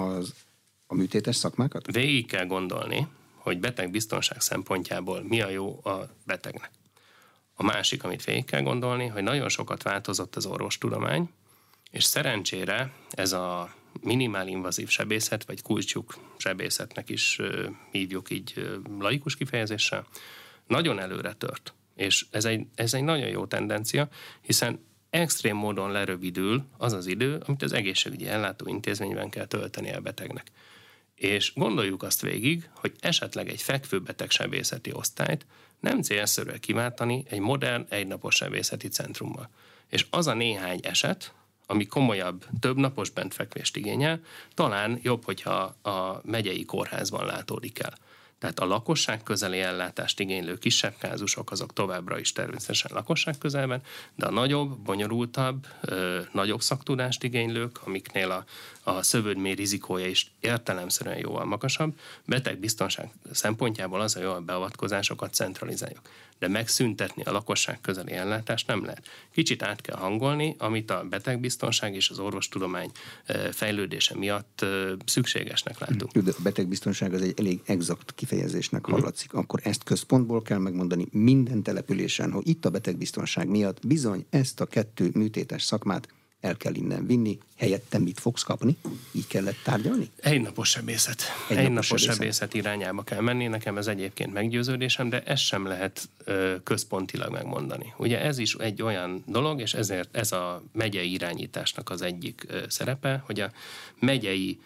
a műtétes szakmákat?
Végig kell gondolni, hogy betegbiztonság szempontjából mi a jó a betegnek. A másik, amit végig kell gondolni, hogy nagyon sokat változott az orvostudomány, és szerencsére ez a minimálinvazív sebészet, vagy kulcsuk sebészetnek is hívjuk így laikus kifejezéssel, nagyon előre tört. És ez egy nagyon jó tendencia, hiszen extrém módon lerövidül az az idő, amit az egészségügyi ellátóintézményben kell tölteni a betegnek. És gondoljuk azt végig, hogy esetleg egy fekvőbeteg sebészeti osztályt nem célszerű kiváltani egy modern, egynapos sebészeti centrummal. És az a néhány eset, ami komolyabb, több napos bentfekvést igényel, talán jobb, hogyha a megyei kórházban látódik el. Tehát a lakosság közeli ellátást igénylő kisebb kázusok, azok továbbra is természetesen lakosság közelben, de a nagyobb, bonyolultabb, nagyobb szaktudást igénylők, amiknél a szövődmény rizikója is értelemszerűen jóval magasabb, betegbiztonság szempontjából az a jó, a beavatkozásokat centralizáljuk. De megszüntetni a lakosság közeli ellátást nem lehet. Kicsit át kell hangolni, amit a betegbiztonság és az orvostudomány fejlődése miatt szükségesnek látunk.
De a betegbiztonság az egy elég exakt kifejezésnek hallatszik. Akkor ezt központból kell megmondani minden településen, hogy itt a betegbiztonság miatt bizony ezt a 2 műtétes szakmát el kell innen vinni, helyette mit fogsz kapni? Így kellett tárgyalni?
Egynapos sebészet. Egynapos sebészet irányába kell menni, nekem ez egyébként meggyőződésem, de ezt sem lehet központilag megmondani. Ugye ez is egy olyan dolog, és ezért ez a megyei irányításnak az egyik szerepe, hogy a megyei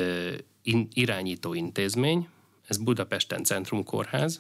irányító intézmény, ez Budapesten Centrumkórház,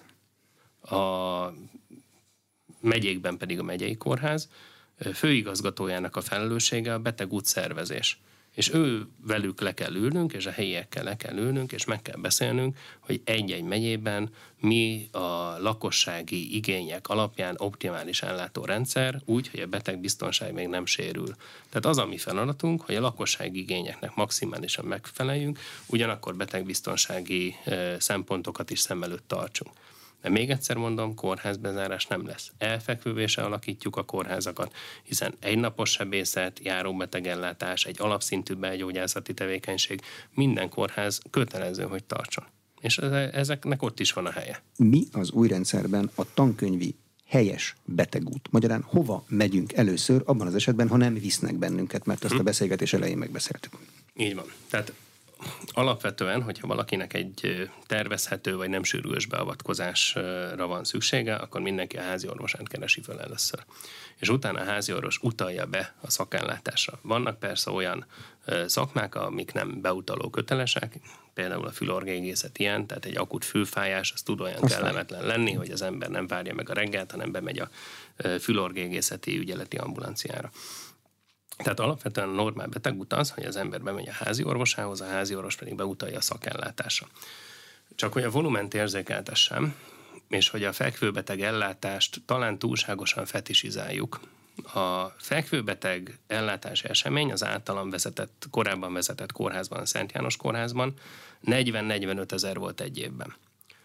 a megyékben pedig a megyei kórház, főigazgatójának a felelőssége a betegútszervezés. És ő velük le kell ülnünk, és a helyiekkel le kell ülnünk, és meg kell beszélnünk, hogy egy-egy megyében mi a lakossági igények alapján optimális ellátórendszer, úgy, hogy a betegbiztonság még nem sérül. Tehát az a mi feladatunk, hogy a lakossági igényeknek maximálisan megfeleljünk, ugyanakkor betegbiztonsági szempontokat is szem előtt tartsunk. De még egyszer mondom, kórházbezárás nem lesz. Elfekvővé alakítjuk a kórházakat, hiszen egynapos sebészet, járóbetegellátás, egy alapszintű belgyógyászati tevékenység, minden kórház kötelező, hogy tartson. És ezeknek ott is van a helye.
Mi az új rendszerben a tankönyvi helyes betegút? Magyarán hova megyünk először abban az esetben, ha nem visznek bennünket, mert azt a beszélgetés elején megbeszéltük.
Így van. Tehát alapvetően, hogyha valakinek egy tervezhető vagy nem sürgős beavatkozásra van szüksége, akkor mindenki a házi orvosát keresi fel először. És utána a házi orvos utalja be a szakellátásra. Vannak persze olyan szakmák, amik nem beutaló kötelesek, például a fülorgégészet ilyen, tehát egy akut fülfájás, az tud olyan kellemetlen lenni, hogy az ember nem várja meg a reggelt, hanem bemegy a fülorgégészeti ügyeleti ambulanciára. Tehát alapvetően a normál betegút az, hogy az ember bemegy a házi orvosához, a házi orvos pedig beutalja a szakellátásra. Csak hogy a volument érzékeltessem, és hogy a fekvőbeteg ellátást talán túlságosan fetisizáljuk. A fekvőbeteg ellátási esemény az általam korábban vezetett kórházban, a Szent János kórházban 40-45 ezer volt egy évben.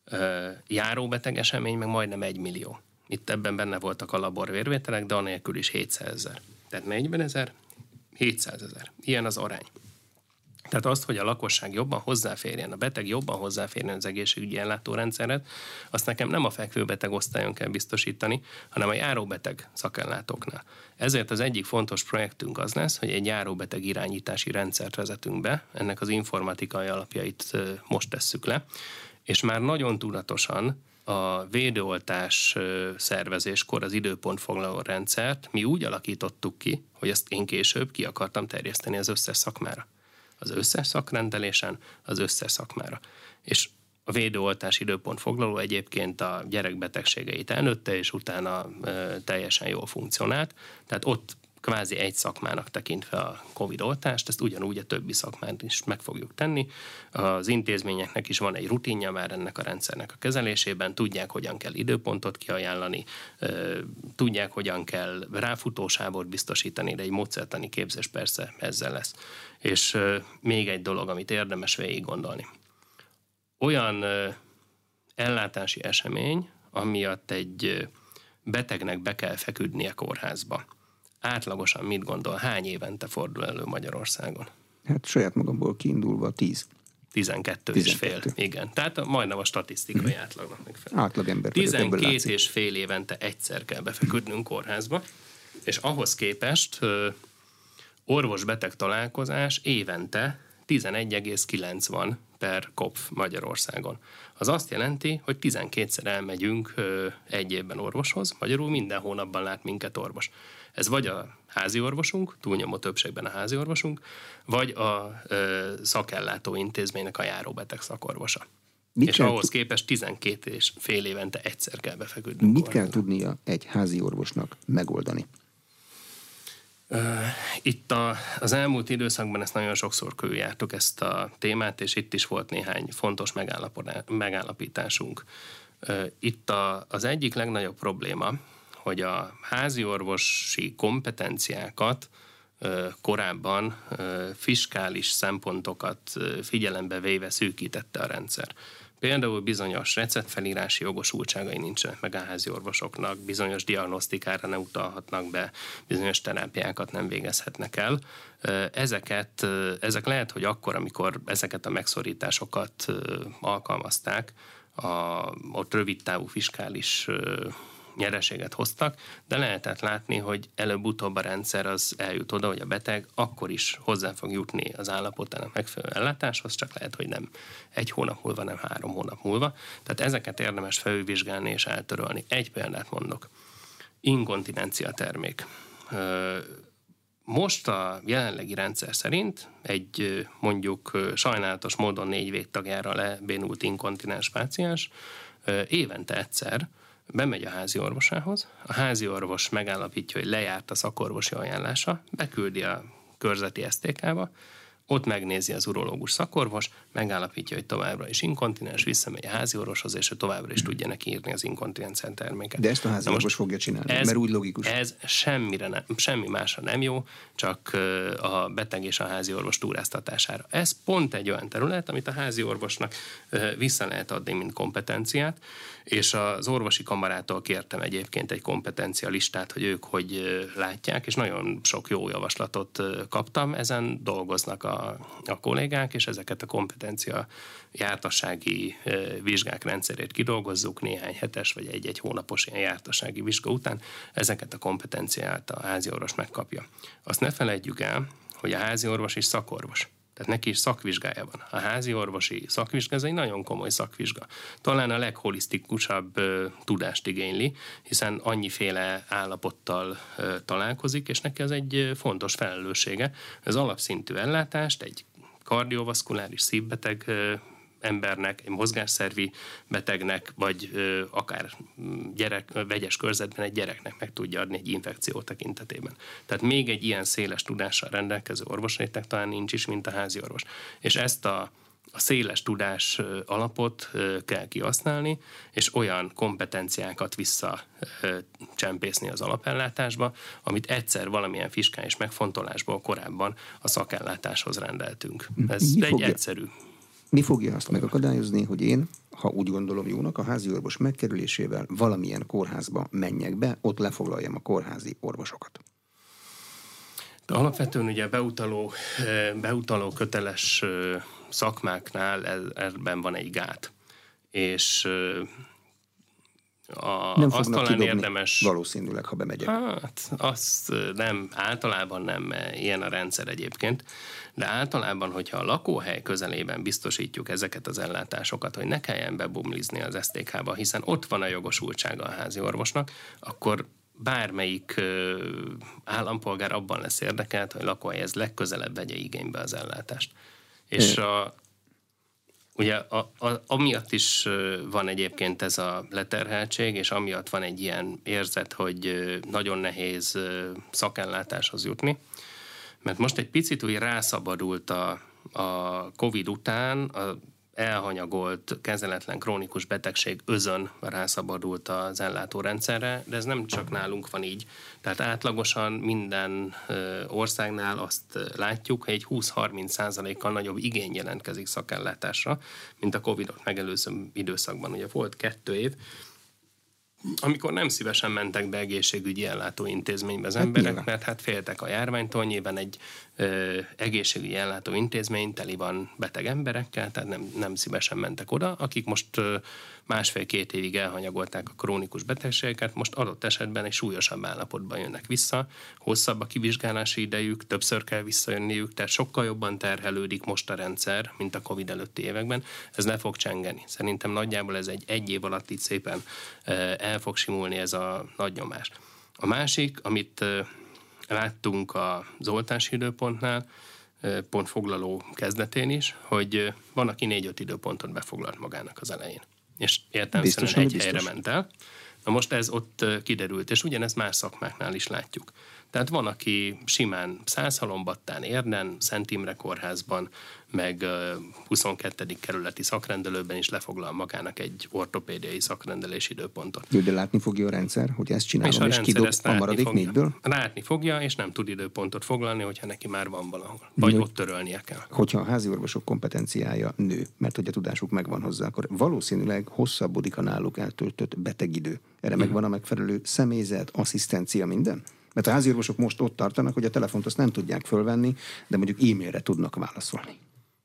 járóbeteg esemény meg majdnem 1 millió. Itt ebben benne voltak a laborvérvételek, de anélkül is 700 000. Tehát 40 000, 700 000. Ilyen az arány. Tehát azt, hogy a lakosság jobban hozzáférjen, a beteg jobban hozzáférjen az egészségügyi ellátórendszerhez, azt nekem nem a fekvőbeteg osztályon kell biztosítani, hanem a járóbeteg szakellátóknál. Ezért az egyik fontos projektünk az lesz, hogy egy járóbeteg irányítási rendszert vezetünk be, ennek az informatikai alapjait most tesszük le, és már nagyon tudatosan a védőoltás szervezéskor az időpontfoglaló rendszert mi úgy alakítottuk ki, hogy ezt én később ki akartam terjeszteni az összes szakmára. Az összes szakrendelésen, az összes szakmára. És a védőoltás időpontfoglaló egyébként a gyerekbetegségeit elnőtte, és utána teljesen jól funkcionált. Tehát ott kvázi egy szakmának tekintve a Covid-oltást, ezt ugyanúgy a többi szakmát is meg fogjuk tenni. Az intézményeknek is van egy rutinja már ennek a rendszernek a kezelésében, tudják, hogyan kell időpontot kiajánlani, tudják, hogyan kell ráfutósávot biztosítani, de egy módszertani képzés persze ezzel lesz. És még egy dolog, amit érdemes végig gondolni. Olyan ellátási esemény, amiatt egy betegnek be kell feküdnie kórházba. Átlagosan mit gondol, hány évente fordul elő Magyarországon?
Hát saját magamból kiindulva 10.
12 és fél. Igen. Tehát majdnem a statisztikai átlagnak megfelel.
Átlagember.
12 és fél évente egyszer kell befeküdnünk kórházba, és ahhoz képest orvos-beteg találkozás évente 11,9 van per kopf Magyarországon. Az azt jelenti, hogy 12-szer elmegyünk egy évben orvoshoz, magyarul minden hónapban lát minket orvos. Ez vagy a házi orvosunk, túlnyomó többségben a házi orvosunk, vagy a szakellátó intézménynek a járóbeteg szakorvosa. És ahhoz képest 12 és fél évente egyszer kell befeküdnünk.
Mit kell tudnia egy házi orvosnak megoldani?
Itt az elmúlt időszakban ezt nagyon sokszor körüljártuk ezt a témát, és itt is volt néhány fontos megállapításunk. Itt az egyik legnagyobb probléma, hogy a házi orvosi kompetenciákat korábban fiskális szempontokat figyelembe véve szűkítette a rendszer. Például bizonyos receptfelírási jogosultságai nincsenek meg a házi orvosoknak, bizonyos diagnosztikára nem utalhatnak be, bizonyos terápiákat nem végezhetnek el. Ezek lehet, hogy akkor, amikor ezeket a megszorításokat alkalmazták, ott rövidtávú fiskális nyereséget hoztak, de lehetett látni, hogy előbb-utóbb a rendszer az eljut oda, hogy a beteg akkor is hozzá fog jutni az állapotának megfelelő ellátáshoz, csak lehet, hogy nem 1 hónap múlva, nem 3 hónap múlva. Tehát ezeket érdemes felülvizsgálni és eltörölni. Egy példát mondok. Inkontinencia termék. Most a jelenlegi rendszer szerint egy mondjuk sajnálatos módon 4 végtagjára lebénult inkontinens páciens évente egyszer bemegy a házi orvosához, a házi orvos megállapítja, hogy lejárt a szakorvosi ajánlása, beküldi a körzeti STK-ba, ott megnézi az urológus szakorvos, megállapítja, hogy továbbra is inkontinens, visszamegy a házi orvoshoz, és ő továbbra is tudja neki írni az inkontinencia terméket.
De ezt a házi orvos fogja csinálni, mert úgy logikus.
Ez semmi másra nem jó, csak a beteg és a házi orvos túráztatására. Ez pont egy olyan terület, amit a házi orvosnak vissza lehet adni, mint kompetenciát, és az orvosi kamarától kértem egyébként egy kompetencia listát, hogy ők hogy látják, és nagyon sok jó javaslatot kaptam, ezen dolgoznak a kollégák, és ezeket a kompetencia jártassági vizsgák rendszerét kidolgozzuk néhány hetes vagy egy hónapos ilyen jártassági vizsga után, ezeket a kompetenciát a házi orvos megkapja. Azt ne felejtjük el, hogy a házi orvos is szakorvos. Tehát neki is szakvizsgája van. A házi orvosi szakvizsga, ez egy nagyon komoly szakvizsga. Talán a legholisztikusabb tudást igényli, hiszen annyiféle állapottal találkozik, és neki az egy fontos felelőssége. Az alapszintű ellátást egy kardiovaszkuláris szívbeteg embernek, egy mozgásszervi betegnek, vagy akár vegyes körzetben egy gyereknek meg tudja adni egy infekció tekintetében. Tehát még egy ilyen széles tudással rendelkező orvosréteg talán nincs is, mint a házi orvos. És ezt a széles tudás alapot kell kihasználni, és olyan kompetenciákat visszacsempészni az alapellátásba, amit egyszer valamilyen fiskális megfontolásból korábban a szakellátáshoz rendeltünk. Ez egyszerű.
Mi fogja azt megakadályozni, hogy én, ha úgy gondolom jónak, a házi orvos megkerülésével valamilyen kórházba menjek be, ott lefoglaljam a kórházi orvosokat?
De alapvetően ugye beutaló köteles szakmáknál ebben van egy gát. És
nem fognak talán kidobni, érdemes valószínűleg, ha bemegyek.
Hát, azt nem, általában nem ilyen a rendszer egyébként, de általában, hogyha a lakóhely közelében biztosítjuk ezeket az ellátásokat, hogy ne kelljen bebumlizni az STK-ba, hiszen ott van a jogosultsága a házi orvosnak, akkor bármelyik állampolgár abban lesz érdekelt, hogy lakóhelyhez legközelebb vegye igénybe az ellátást. És ugye amiatt is van egyébként ez a leterheltség, és amiatt van egy ilyen érzet, hogy nagyon nehéz szakellátáshoz jutni, mert most egy picit úgy rászabadult a Covid után, a elhanyagolt, kezeletlen krónikus betegség özön rászabadult az ellátórendszerre, de ez nem csak nálunk van így. Tehát átlagosan minden országnál azt látjuk, hogy egy 20-30%-kal nagyobb igény jelentkezik szakellátásra, mint a Covid-ot megelőző időszakban. Ugye volt 2 év, amikor nem szívesen mentek be egészségügyi ellátóintézménybe az emberek, mert hát féltek a járványtól, nyilván egy egészségügyi ellátóintézmény teli van beteg emberekkel, tehát nem szívesen mentek oda, akik most 1,5-2 évig elhanyagolták a krónikus betegségeket, most adott esetben egy súlyosabb állapotban jönnek vissza, hosszabb a kivizsgálási idejük, többször kell visszajönniük, tehát sokkal jobban terhelődik most a rendszer, mint a Covid előtti években. Ez le fog csengeni. Szerintem nagyjából ez egy év alatt így szépen el fog simulni ez a nagy nyomás. A másik, amit láttunk az oltási időpontnál, pontfoglaló kezdetén is, hogy van, aki 4-5 időpontot befoglalt magának az elején. És értelemszerűen egy helyre ment el. Na most ez ott kiderült, és ugyanezt más szakmáknál is látjuk. Tehát van, aki simán Szászhalombattán, Érden, Szent Imre kórházban, meg 22. kerületi szakrendelőben is lefoglal magának egy ortopédiai szakrendelési időpontot.
Jó, de látni fogja a rendszer, hogy ezt csinálom, és kidob a maradék 4-ből?
Látni fogja, és nem tud időpontot foglalni, hogyha neki már van valahol. Vagy ott törölnie kell.
Hogyha a házi orvosok kompetenciája nő, mert hogy a tudásuk megvan hozzá, akkor valószínűleg hosszabbodik a náluk eltöltött betegidő. Erre megvan a megfelelő személyzet, asszisztencia, minden? Mert a háziorvosok most ott tartanak, hogy a telefont azt nem tudják fölvenni, de mondjuk e-mailre tudnak válaszolni.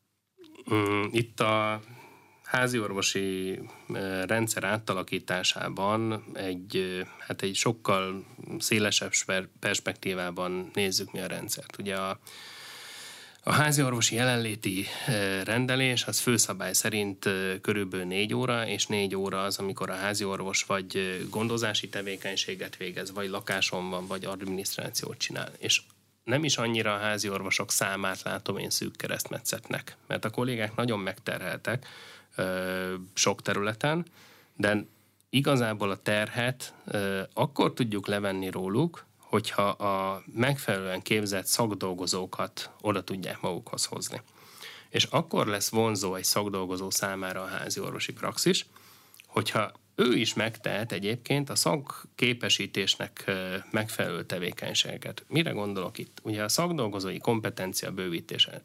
Itt a háziorvosi rendszer átalakításában egy sokkal szélesebb perspektívában nézzük mi a rendszert. Ugye a háziorvosi jelenléti rendelés az főszabály szerint körülbelül 4 óra, és 4 óra az, amikor a háziorvos vagy gondozási tevékenységet végez, vagy lakáson van, vagy adminisztrációt csinál. És nem is annyira a háziorvosok számát látom én szűk keresztmetszetnek, mert a kollégák nagyon megterheltek sok területen, de igazából a terhet akkor tudjuk levenni róluk, hogyha a megfelelően képzett szakdolgozókat oda tudják magukhoz hozni. És akkor lesz vonzó egy szakdolgozó számára a háziorvosi praxis, hogyha ő is megtehet egyébként a szakképesítésnek megfelelő tevékenységeket. Mire gondolok itt? Ugye a szakdolgozói kompetencia bővítése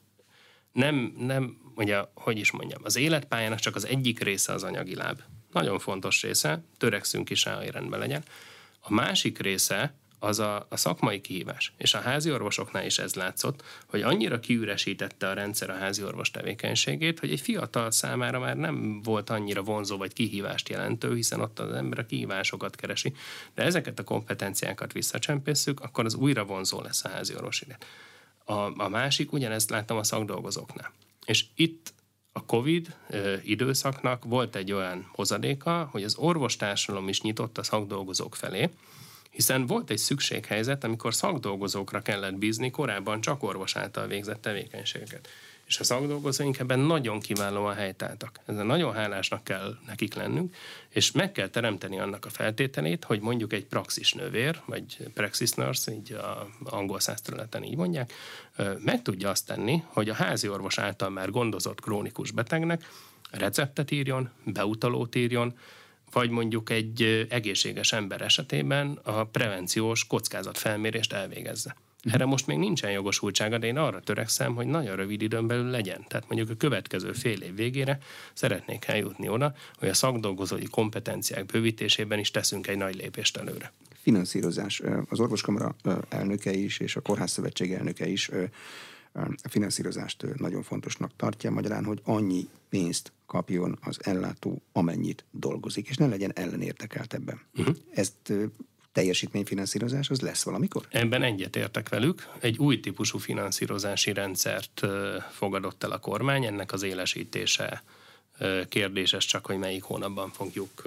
nem ugye, hogy is mondjam, az életpályának csak az egyik része az anyagi láb. Nagyon fontos része, törekszünk is rá, hogy rendben legyen. A másik része az a szakmai kihívás. És a háziorvosoknál is ez látszott, hogy annyira kiüresítette a rendszer a háziorvos tevékenységét, hogy egy fiatal számára már nem volt annyira vonzó vagy kihívást jelentő, hiszen ott az ember a kihívásokat keresi. De ezeket a kompetenciákat visszacsempészük, akkor az újra vonzó lesz a háziorvos élet. A másik, ugyanezt láttam a szakdolgozóknál. És itt a Covid időszaknak volt egy olyan hozadéka, hogy az orvostársadalom is nyitott a szakdolgozók felé, hiszen volt egy szükséghelyzet, amikor szakdolgozókra kellett bízni korábban csak orvos által végzett tevékenységeket. És a szakdolgozóink ebben nagyon kiválóan helytáltak. Ezen nagyon hálásnak kell nekik lennünk, és meg kell teremteni annak a feltételét, hogy mondjuk egy praxisnővér, vagy praxis nurse, így a angol százterületen így mondják, meg tudja azt tenni, hogy a háziorvos által már gondozott krónikus betegnek receptet írjon, beutalót írjon, vagy mondjuk egy egészséges ember esetében a prevenciós kockázatfelmérést elvégezze. Erre most még nincsen jogosultsága, de én arra törekszem, hogy nagyon rövid időn belül legyen. Tehát mondjuk a következő fél év végére szeretnék eljutni oda, hogy a szakdolgozói kompetenciák bővítésében is teszünk egy nagy lépést előre.
Finanszírozás. Az Orvoskamara elnöke is, és a Kórházszövetség elnöke is a finanszírozást nagyon fontosnak tartja, magyarán, hogy annyi pénzt kapjon az ellátó, amennyit dolgozik, és ne legyen ellenértekelt ebben. Ezt teljesítményfinanszírozás, az lesz valamikor?
Ebben egyetértek velük. Egy új típusú finanszírozási rendszert fogadott el a kormány, ennek az élesítése kérdéses, csak hogy melyik hónapban fogjuk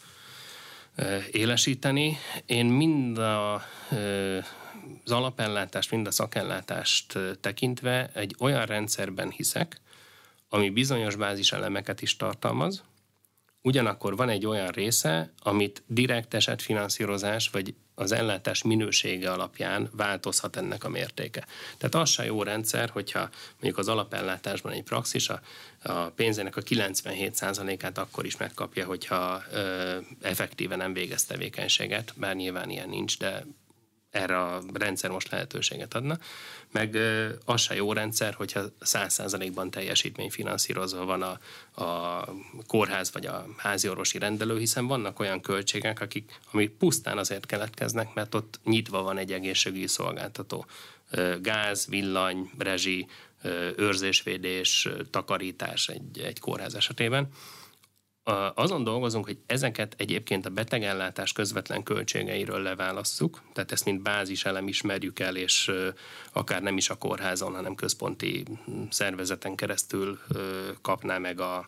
élesíteni. Én mind az alapellátást, mind a szakellátást tekintve egy olyan rendszerben hiszek, ami bizonyos báziselemeket is tartalmaz, ugyanakkor van egy olyan része, amit direkt esetfinanszírozás, vagy az ellátás minősége alapján változhat ennek a mértéke. Tehát az sem jó rendszer, hogyha mondjuk az alapellátásban egy praxis a pénzének a 97%-át akkor is megkapja, hogyha effektíven nem végez tevékenységet, bár nyilván ilyen nincs, de erre a rendszer most lehetőséget adna. Meg az se jó rendszer, hogyha 100%-ban teljesítményfinanszírozva van a kórház vagy a háziorvosi rendelő, hiszen vannak olyan költségek, amik pusztán azért keletkeznek, mert ott nyitva van egy egészségügyi szolgáltató. Gáz, villany, rezsi, őrzésvédés, takarítás egy kórház esetében. Azon dolgozunk, hogy ezeket egyébként a betegellátás közvetlen költségeiről leválasszuk, tehát ezt mint báziselem ismerjük el, és akár nem is a kórházon, hanem központi szervezeten keresztül kapná meg a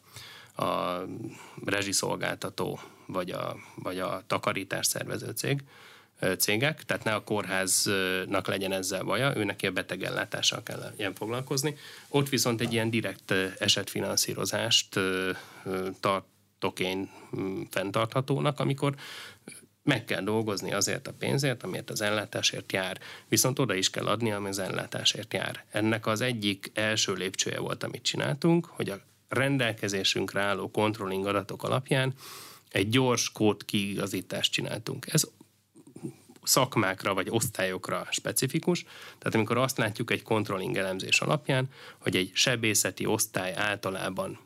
rezsiszolgáltató, vagy a takarítás szervező cégek, tehát ne a kórháznak legyen ezzel baja, ő neki a betegellátással kell ilyen foglalkozni. Ott viszont egy ilyen direkt esetfinanszírozást tartok én fenntarthatónak, amikor meg kell dolgozni azért a pénzért, amiért az ellátásért jár. Viszont oda is kell adni, ami az ellátásért jár. Ennek az egyik első lépcsője volt, amit csináltunk, hogy a rendelkezésünkre álló controlling adatok alapján egy gyors kód kiigazítást csináltunk. Ez szakmákra vagy osztályokra specifikus, tehát amikor azt látjuk egy controlling elemzés alapján, hogy egy sebészeti osztály általában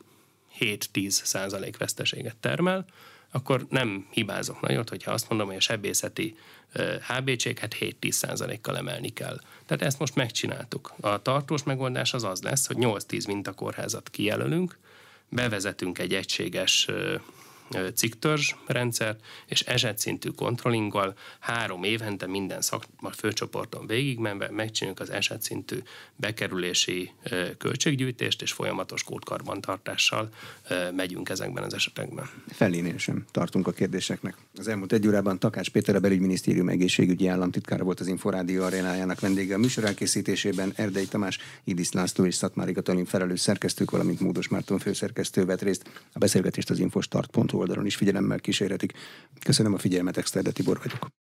7-10% veszteséget termel, akkor nem hibázok nagyot, hogyha azt mondom, hogy a sebészeti HBC-ket 7-10%-kal emelni kell. Tehát ezt most megcsináltuk. A tartós megoldás az lesz, hogy 8-10 mintakórházat kijelölünk, bevezetünk egy egységes cikktörzs rendszert, és esetszintű kontrollinggal 3 évente minden szakma főcsoporton végigmenve megcsináljuk az esetszintű bekerülési költséggyűjtést, és folyamatos kódkarbantartással megyünk ezekben az esetekben.
Fellénél sem tartunk a kérdéseknek. Az elmúlt 1 órában Takács Péter, a Belügyminisztérium egészségügyi államtitkára volt az Inforádió arénájának vendége. A műsor elkészítésében Erdei Tamás, Idisz László és Szatmári Katalin felelős szerkesztők, valamint Módos Márton főszerkesztő vett részt. A beszélgetést az infostart.hu oldalon is figyelemmel kísérhetik. Köszönöm a figyelmet, Exterde Tibor vagyok.